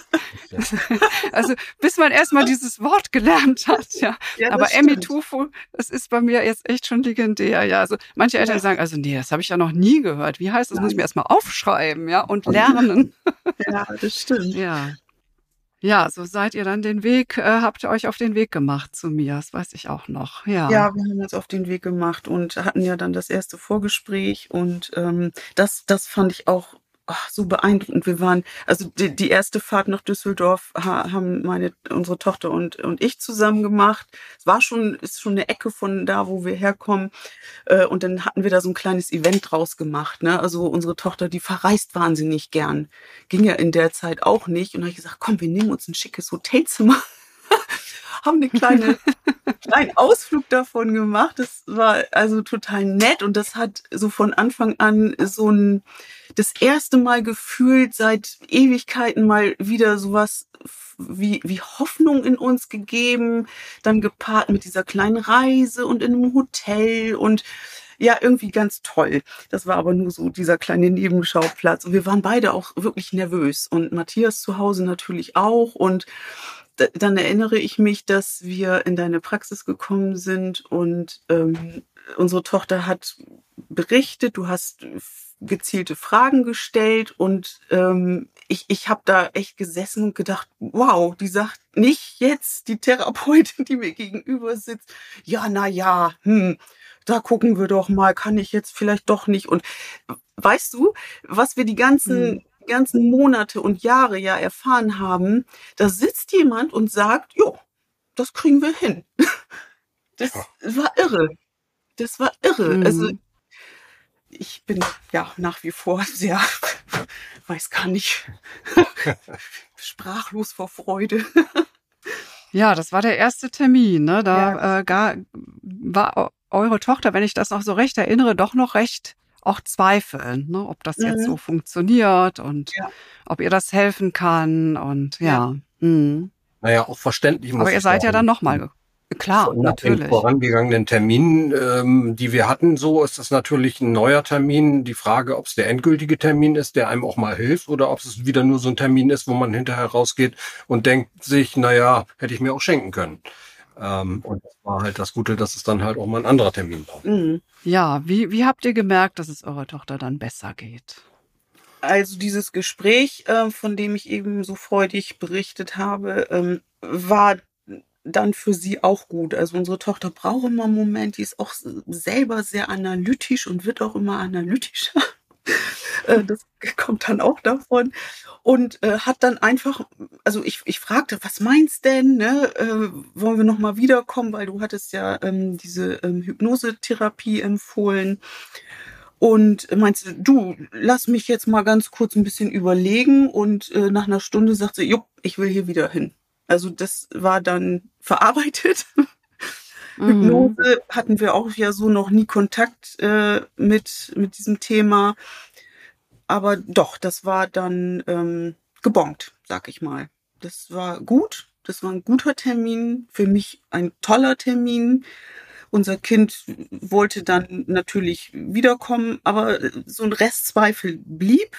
Also bis man erstmal dieses Wort gelernt hat, ja. ja Aber Emetofu, das ist bei mir jetzt echt schon legendär, ja. Also manche Eltern ja. sagen, also nee, das habe ich ja noch nie gehört. Wie heißt das? Das muss ich mir erstmal aufschreiben, ja, und lernen. Ja, das stimmt. Ja. Ja, so seid ihr dann den Weg, äh, habt ihr euch auf den Weg gemacht zu mir, das weiß ich auch noch. Ja, ja, wir haben uns auf den Weg gemacht und hatten ja dann das erste Vorgespräch und ähm, das, das fand ich auch ach, so beeindruckend. Wir waren, also die, die erste Fahrt nach Düsseldorf ha, haben meine, unsere Tochter und, und ich zusammen gemacht. Es war schon, ist schon eine Ecke von da, wo wir herkommen. Äh, und dann hatten wir da so ein kleines Event draus gemacht. Ne? Also unsere Tochter, die verreist wahnsinnig gern. Ging ja in der Zeit auch nicht. Und da habe ich gesagt, komm, wir nehmen uns ein schickes Hotelzimmer. Haben eine kleine, kleinen Ausflug davon gemacht. Das war also total nett und das hat so von Anfang an so ein, das erste Mal gefühlt seit Ewigkeiten mal wieder sowas wie, wie Hoffnung in uns gegeben, dann gepaart mit dieser kleinen Reise und in einem Hotel und ja, irgendwie ganz toll. Das war aber nur so dieser kleine Nebenschauplatz und wir waren beide auch wirklich nervös und Matthias zu Hause natürlich auch und dann erinnere ich mich, dass wir in deine Praxis gekommen sind und ähm, unsere Tochter hat berichtet, du hast gezielte Fragen gestellt und ähm, ich, ich habe da echt gesessen und gedacht, wow, die sagt nicht jetzt, die Therapeutin, die mir gegenüber sitzt, ja, na ja, hm, da gucken wir doch mal, kann ich jetzt vielleicht doch nicht. Und weißt du, was wir die ganzen, Mhm. ganzen Monate und Jahre ja erfahren haben, da sitzt jemand und sagt, jo, das kriegen wir hin. Das Ja. war irre. Das war irre. Also Mhm. ich bin ja nach wie vor sehr, weiß gar nicht, sprachlos vor Freude. Ja, das war der erste Termin, ne? Ja, Da äh, gar, war eu- eure Tochter, wenn ich das noch so recht erinnere, doch noch recht auch zweifeln, ne? Ob das jetzt so mhm. funktioniert und Ja, ob ihr das helfen kann und ja. ja. Mhm. Naja, auch verständlich Aber muss ihr ich seid ja dann sagen. nochmal, klar, Nach den natürlich. vorangegangenen Terminen, ähm, die wir hatten, so ist das natürlich ein neuer Termin. Die Frage, ob es der endgültige Termin ist, der einem auch mal hilft, oder ob es wieder nur so ein Termin ist, wo man hinterher rausgeht und denkt sich, naja, hätte ich mir auch schenken können. Ähm, und das war halt das Gute, dass es dann halt auch mal ein anderer Termin war. Mhm. Ja, wie, wie habt ihr gemerkt, dass es eurer Tochter dann besser geht? Also dieses Gespräch, äh, von dem ich eben so freudig berichtet habe, ähm, war dann für sie auch gut. Also unsere Tochter braucht immer einen Moment, die ist auch s- selber sehr analytisch und wird auch immer analytischer. Äh, das kommt dann auch davon. Und äh, hat dann einfach, also ich, ich fragte, was meinst denn, ne? Äh, wollen wir nochmal wiederkommen, weil du hattest ja ähm, diese ähm, Hypnosetherapie empfohlen. Und meinst du, du, lass mich jetzt mal ganz kurz ein bisschen überlegen. Und äh, nach einer Stunde sagt sie, jupp, ich will hier wieder hin. Also das war dann verarbeitet. Mhm. Hypnose hatten wir auch ja so noch nie Kontakt äh, mit, mit diesem Thema. Aber doch, das war dann ähm, gebongt, sag ich mal. Das war gut. Das war ein guter Termin. Für mich ein toller Termin. Unser Kind wollte dann natürlich wiederkommen, aber so ein Restzweifel blieb,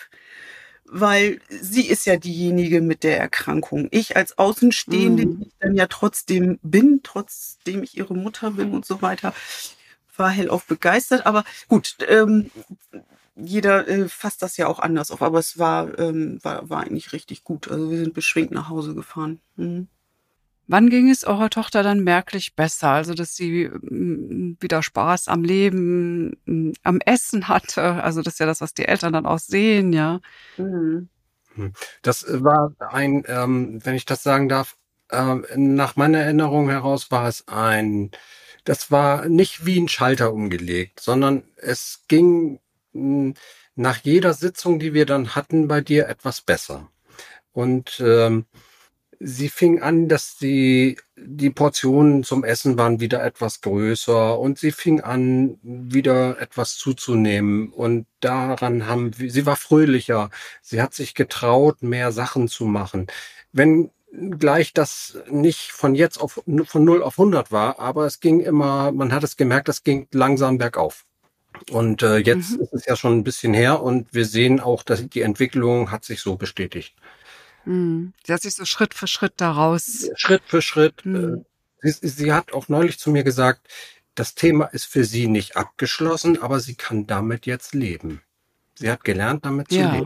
weil sie ist ja diejenige mit der Erkrankung. Ich als Außenstehende, die Mhm. ich dann ja trotzdem bin, trotzdem ich ihre Mutter bin und so weiter, war hellauf begeistert. Aber gut, ähm, jeder äh, fasst das ja auch anders auf. Aber es war, ähm, war, war eigentlich richtig gut. Also wir sind beschwingt nach Hause gefahren. Mhm. Wann ging es eurer Tochter dann merklich besser? Also, dass sie mm, wieder Spaß am Leben, mm, am Essen hatte. Also, das ist ja das, was die Eltern dann auch sehen, ja. Mhm. Hm. Das war ein, ähm, wenn ich das sagen darf, ähm, nach meiner Erinnerung heraus war es ein, das war nicht wie ein Schalter umgelegt, sondern es ging mh, nach jeder Sitzung, die wir dann hatten, bei dir etwas besser. Und ähm, sie fing an, dass die, die Portionen zum Essen waren wieder etwas größer und sie fing an, wieder etwas zuzunehmen. Und daran haben wir, sie war fröhlicher. Sie hat sich getraut, mehr Sachen zu machen. Wenn gleich das nicht von jetzt auf, von null auf hundert war, aber es ging immer, man hat es gemerkt, es ging langsam bergauf. Und äh, jetzt Mhm. ist es ja schon ein bisschen her und wir sehen auch, dass die Entwicklung hat sich so bestätigt. Mhm. Sie hat sich so Schritt für Schritt daraus. Schritt für Schritt. äh, Mhm. Sie, sie hat auch neulich zu mir gesagt, das Thema ist für sie nicht abgeschlossen, aber sie kann damit jetzt leben. Sie hat gelernt, damit zu leben. Ja.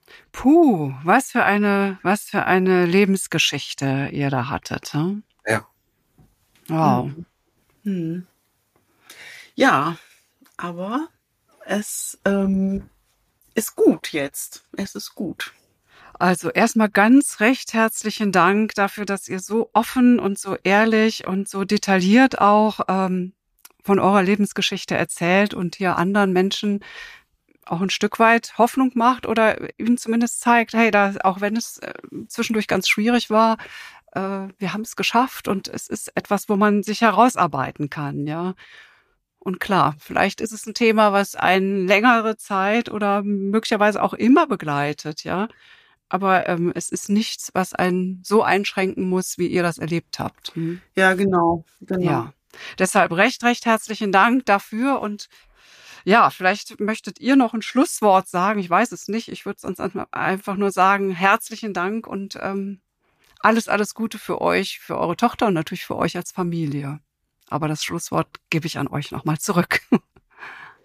Puh, was für eine, was für eine Lebensgeschichte ihr da hattet, hm? Ja. Wow. Mhm. Mhm. Ja, aber es ähm, ist gut jetzt. Es ist gut. Also erstmal ganz recht herzlichen Dank dafür, dass ihr so offen und so ehrlich und so detailliert auch ähm, von eurer Lebensgeschichte erzählt und hier anderen Menschen auch ein Stück weit Hoffnung macht oder ihnen zumindest zeigt, hey, da, auch wenn es äh, zwischendurch ganz schwierig war, äh, wir haben es geschafft und es ist etwas, wo man sich herausarbeiten kann, ja. Und klar, vielleicht ist es ein Thema, was einen längere Zeit oder möglicherweise auch immer begleitet, ja. Aber ähm, es ist nichts, was einen so einschränken muss, wie ihr das erlebt habt. Hm? Ja, genau, genau. Ja. Deshalb recht, recht herzlichen Dank dafür. Und ja, vielleicht möchtet ihr noch ein Schlusswort sagen. Ich weiß es nicht. Ich würde sonst einfach nur sagen, herzlichen Dank und ähm, alles, alles Gute für euch, für eure Tochter und natürlich für euch als Familie. Aber das Schlusswort gebe ich an euch nochmal zurück.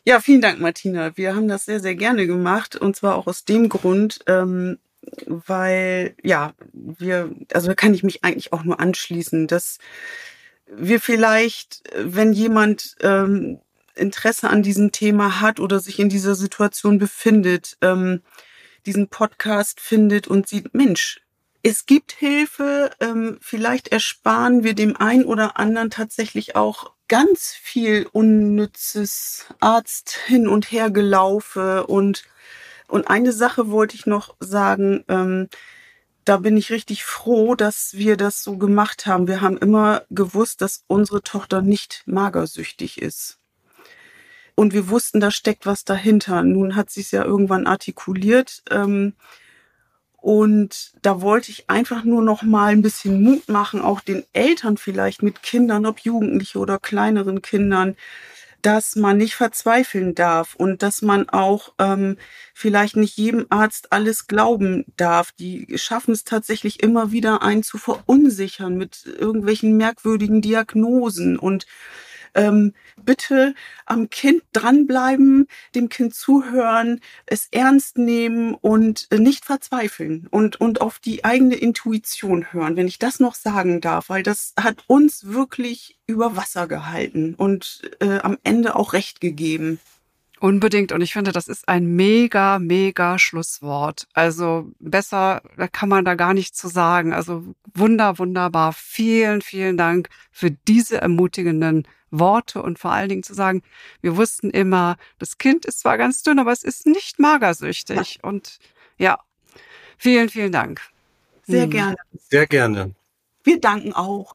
Ja, vielen Dank, Martina. Wir haben das sehr, sehr gerne gemacht und zwar auch aus dem Grund, ähm, weil, ja, wir, also da kann ich mich eigentlich auch nur anschließen, dass wir vielleicht, wenn jemand ähm, Interesse an diesem Thema hat oder sich in dieser Situation befindet, ähm, diesen Podcast findet und sieht, Mensch, es gibt Hilfe, ähm, vielleicht ersparen wir dem einen oder anderen tatsächlich auch ganz viel unnützes Arzt hin und her gelaufe. Und, und eine Sache wollte ich noch sagen, ähm, da bin ich richtig froh, dass wir das so gemacht haben. Wir haben immer gewusst, dass unsere Tochter nicht magersüchtig ist. Und wir wussten, da steckt was dahinter. Nun hat sie es ja irgendwann artikuliert. Ähm, Und da wollte ich einfach nur noch mal ein bisschen Mut machen, auch den Eltern vielleicht mit Kindern, ob Jugendliche oder kleineren Kindern, dass man nicht verzweifeln darf und dass man auch ähm, vielleicht nicht jedem Arzt alles glauben darf. Die schaffen es tatsächlich immer wieder, einen zu verunsichern mit irgendwelchen merkwürdigen Diagnosen. Und Ähm, bitte am Kind dranbleiben, dem Kind zuhören, es ernst nehmen und nicht verzweifeln und, und auf die eigene Intuition hören, wenn ich das noch sagen darf, weil das hat uns wirklich über Wasser gehalten und äh, am Ende auch recht gegeben. Unbedingt. Und ich finde, das ist ein mega, mega Schlusswort. Also besser da kann man da gar nichts zu sagen. Also wunder, wunderbar. Vielen, vielen Dank für diese ermutigenden Worte und vor allen Dingen zu sagen, wir wussten immer, das Kind ist zwar ganz dünn, aber es ist nicht magersüchtig. Ja. Und ja, vielen, vielen Dank. Sehr hm. gerne. Sehr gerne. Wir danken auch.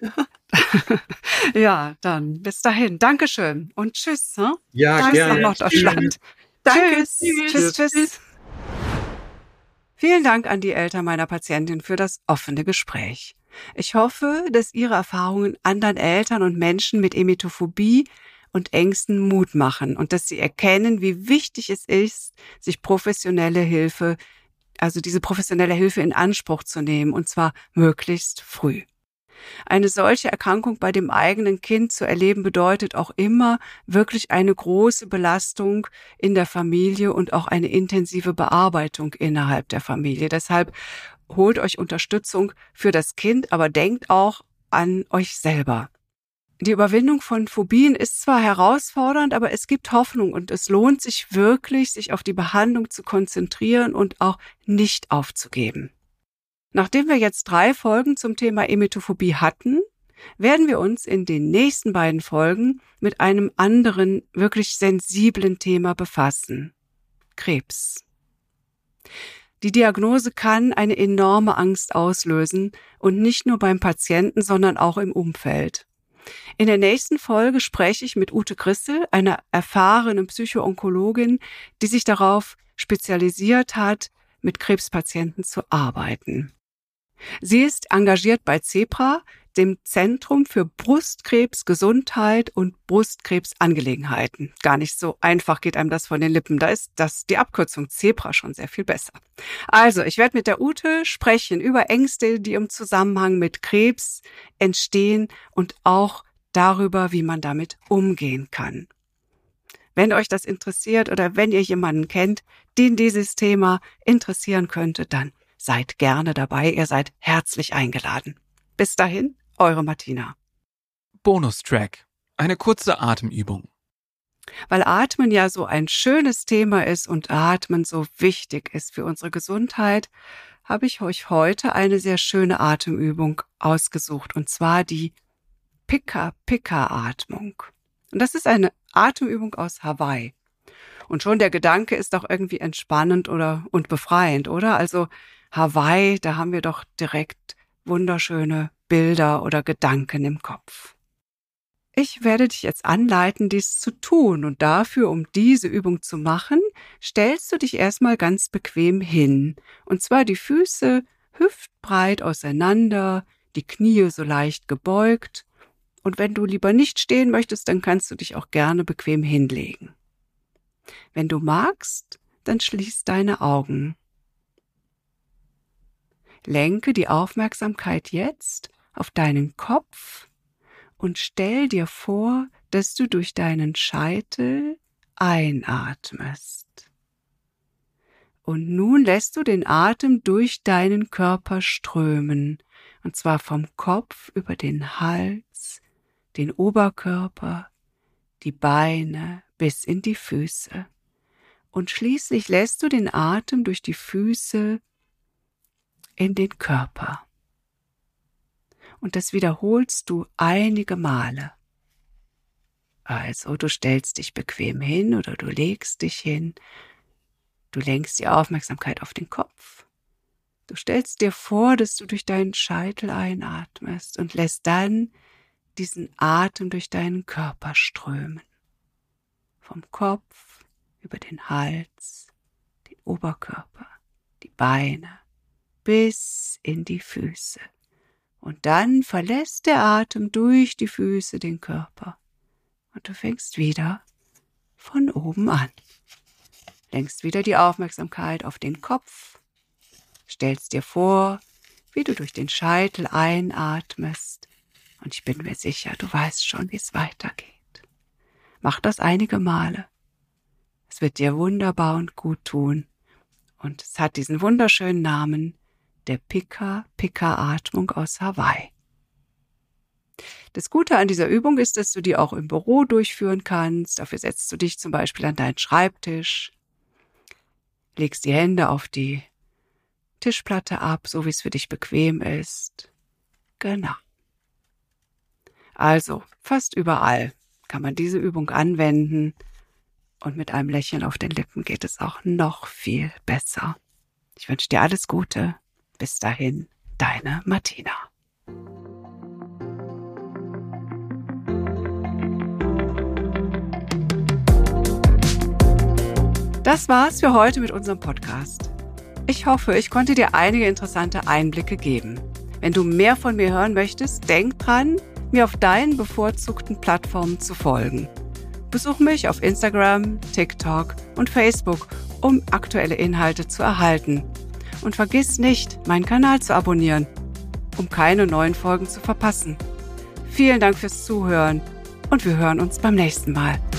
Ja, dann bis dahin. Dankeschön und tschüss. Ne? Ja, Tschüss gerne. nach Norddeutschland. Danke. Tschüss. Tschüss, tschüss, tschüss. Vielen Dank an die Eltern meiner Patientin für das offene Gespräch. Ich hoffe, dass Ihre Erfahrungen anderen Eltern und Menschen mit Emetophobie und Ängsten Mut machen und dass Sie erkennen, wie wichtig es ist, sich professionelle Hilfe, also diese professionelle Hilfe in Anspruch zu nehmen, und zwar möglichst früh. Eine solche Erkrankung bei dem eigenen Kind zu erleben, bedeutet auch immer wirklich eine große Belastung in der Familie und auch eine intensive Bearbeitung innerhalb der Familie. Deshalb holt euch Unterstützung für das Kind, aber denkt auch an euch selber. Die Überwindung von Phobien ist zwar herausfordernd, aber es gibt Hoffnung und es lohnt sich wirklich, sich auf die Behandlung zu konzentrieren und auch nicht aufzugeben. Nachdem wir jetzt drei Folgen zum Thema Emetophobie hatten, werden wir uns in den nächsten beiden Folgen mit einem anderen, wirklich sensiblen Thema befassen: Krebs. Die Diagnose kann eine enorme Angst auslösen und nicht nur beim Patienten, sondern auch im Umfeld. In der nächsten Folge spreche ich mit Ute Grissel, einer erfahrenen Psycho-Onkologin, die sich darauf spezialisiert hat, mit Krebspatienten zu arbeiten. Sie ist engagiert bei CEPRA, dem Zentrum für Brustkrebsgesundheit und Brustkrebsangelegenheiten. Gar nicht so einfach geht einem das von den Lippen. Da ist das die Abkürzung CEPRA schon sehr viel besser. Also, ich werde mit der Ute sprechen über Ängste, die im Zusammenhang mit Krebs entstehen und auch darüber, wie man damit umgehen kann. Wenn euch das interessiert oder wenn ihr jemanden kennt, den dieses Thema interessieren könnte, dann seid gerne dabei. Ihr seid herzlich eingeladen. Bis dahin, eure Martina. Bonustrack. Eine kurze Atemübung. Weil Atmen ja so ein schönes Thema ist und Atmen so wichtig ist für unsere Gesundheit, habe ich euch heute eine sehr schöne Atemübung ausgesucht, und zwar die Pika-Pika-Atmung. Und das ist eine Atemübung aus Hawaii. Und schon der Gedanke ist doch irgendwie entspannend oder und befreiend, oder? Also Hawaii, da haben wir doch direkt wunderschöne Bilder oder Gedanken im Kopf. Ich werde dich jetzt anleiten, dies zu tun, und dafür, um diese Übung zu machen, stellst du dich erstmal ganz bequem hin, und zwar die Füße hüftbreit auseinander, die Knie so leicht gebeugt, und wenn du lieber nicht stehen möchtest, dann kannst du dich auch gerne bequem hinlegen. Wenn du magst, dann schließ deine Augen. Lenke die Aufmerksamkeit jetzt auf deinen Kopf und stell dir vor, dass du durch deinen Scheitel einatmest. Und nun lässt du den Atem durch deinen Körper strömen, und zwar vom Kopf über den Hals, den Oberkörper, die Beine bis in die Füße. Und schließlich lässt du den Atem durch die Füße in den Körper. Und das wiederholst du einige Male. Also du stellst dich bequem hin oder du legst dich hin. Du lenkst die Aufmerksamkeit auf den Kopf. Du stellst dir vor, dass du durch deinen Scheitel einatmest und lässt dann diesen Atem durch deinen Körper strömen. Vom Kopf über den Hals, den Oberkörper, die Beine bis in die Füße. Und dann verlässt der Atem durch die Füße den Körper. Und du fängst wieder von oben an. Lenkst wieder die Aufmerksamkeit auf den Kopf. Stellst dir vor, wie du durch den Scheitel einatmest. Und ich bin mir sicher, du weißt schon, wie es weitergeht. Mach das einige Male. Es wird dir wunderbar und gut tun. Und es hat diesen wunderschönen Namen, der Pika-Pika-Atmung aus Hawaii. Das Gute an dieser Übung ist, dass du die auch im Büro durchführen kannst. Dafür setzt du dich zum Beispiel an deinen Schreibtisch, legst die Hände auf die Tischplatte ab, so wie es für dich bequem ist. Genau. Also, fast überall kann man diese Übung anwenden und mit einem Lächeln auf den Lippen geht es auch noch viel besser. Ich wünsche dir alles Gute. Bis dahin, deine Martina. Das war's für heute mit unserem Podcast. Ich hoffe, ich konnte dir einige interessante Einblicke geben. Wenn du mehr von mir hören möchtest, denk dran, mir auf deinen bevorzugten Plattformen zu folgen. Besuch mich auf Instagram, TikTok und Facebook, um aktuelle Inhalte zu erhalten. Und vergiss nicht, meinen Kanal zu abonnieren, um keine neuen Folgen zu verpassen. Vielen Dank fürs Zuhören und wir hören uns beim nächsten Mal.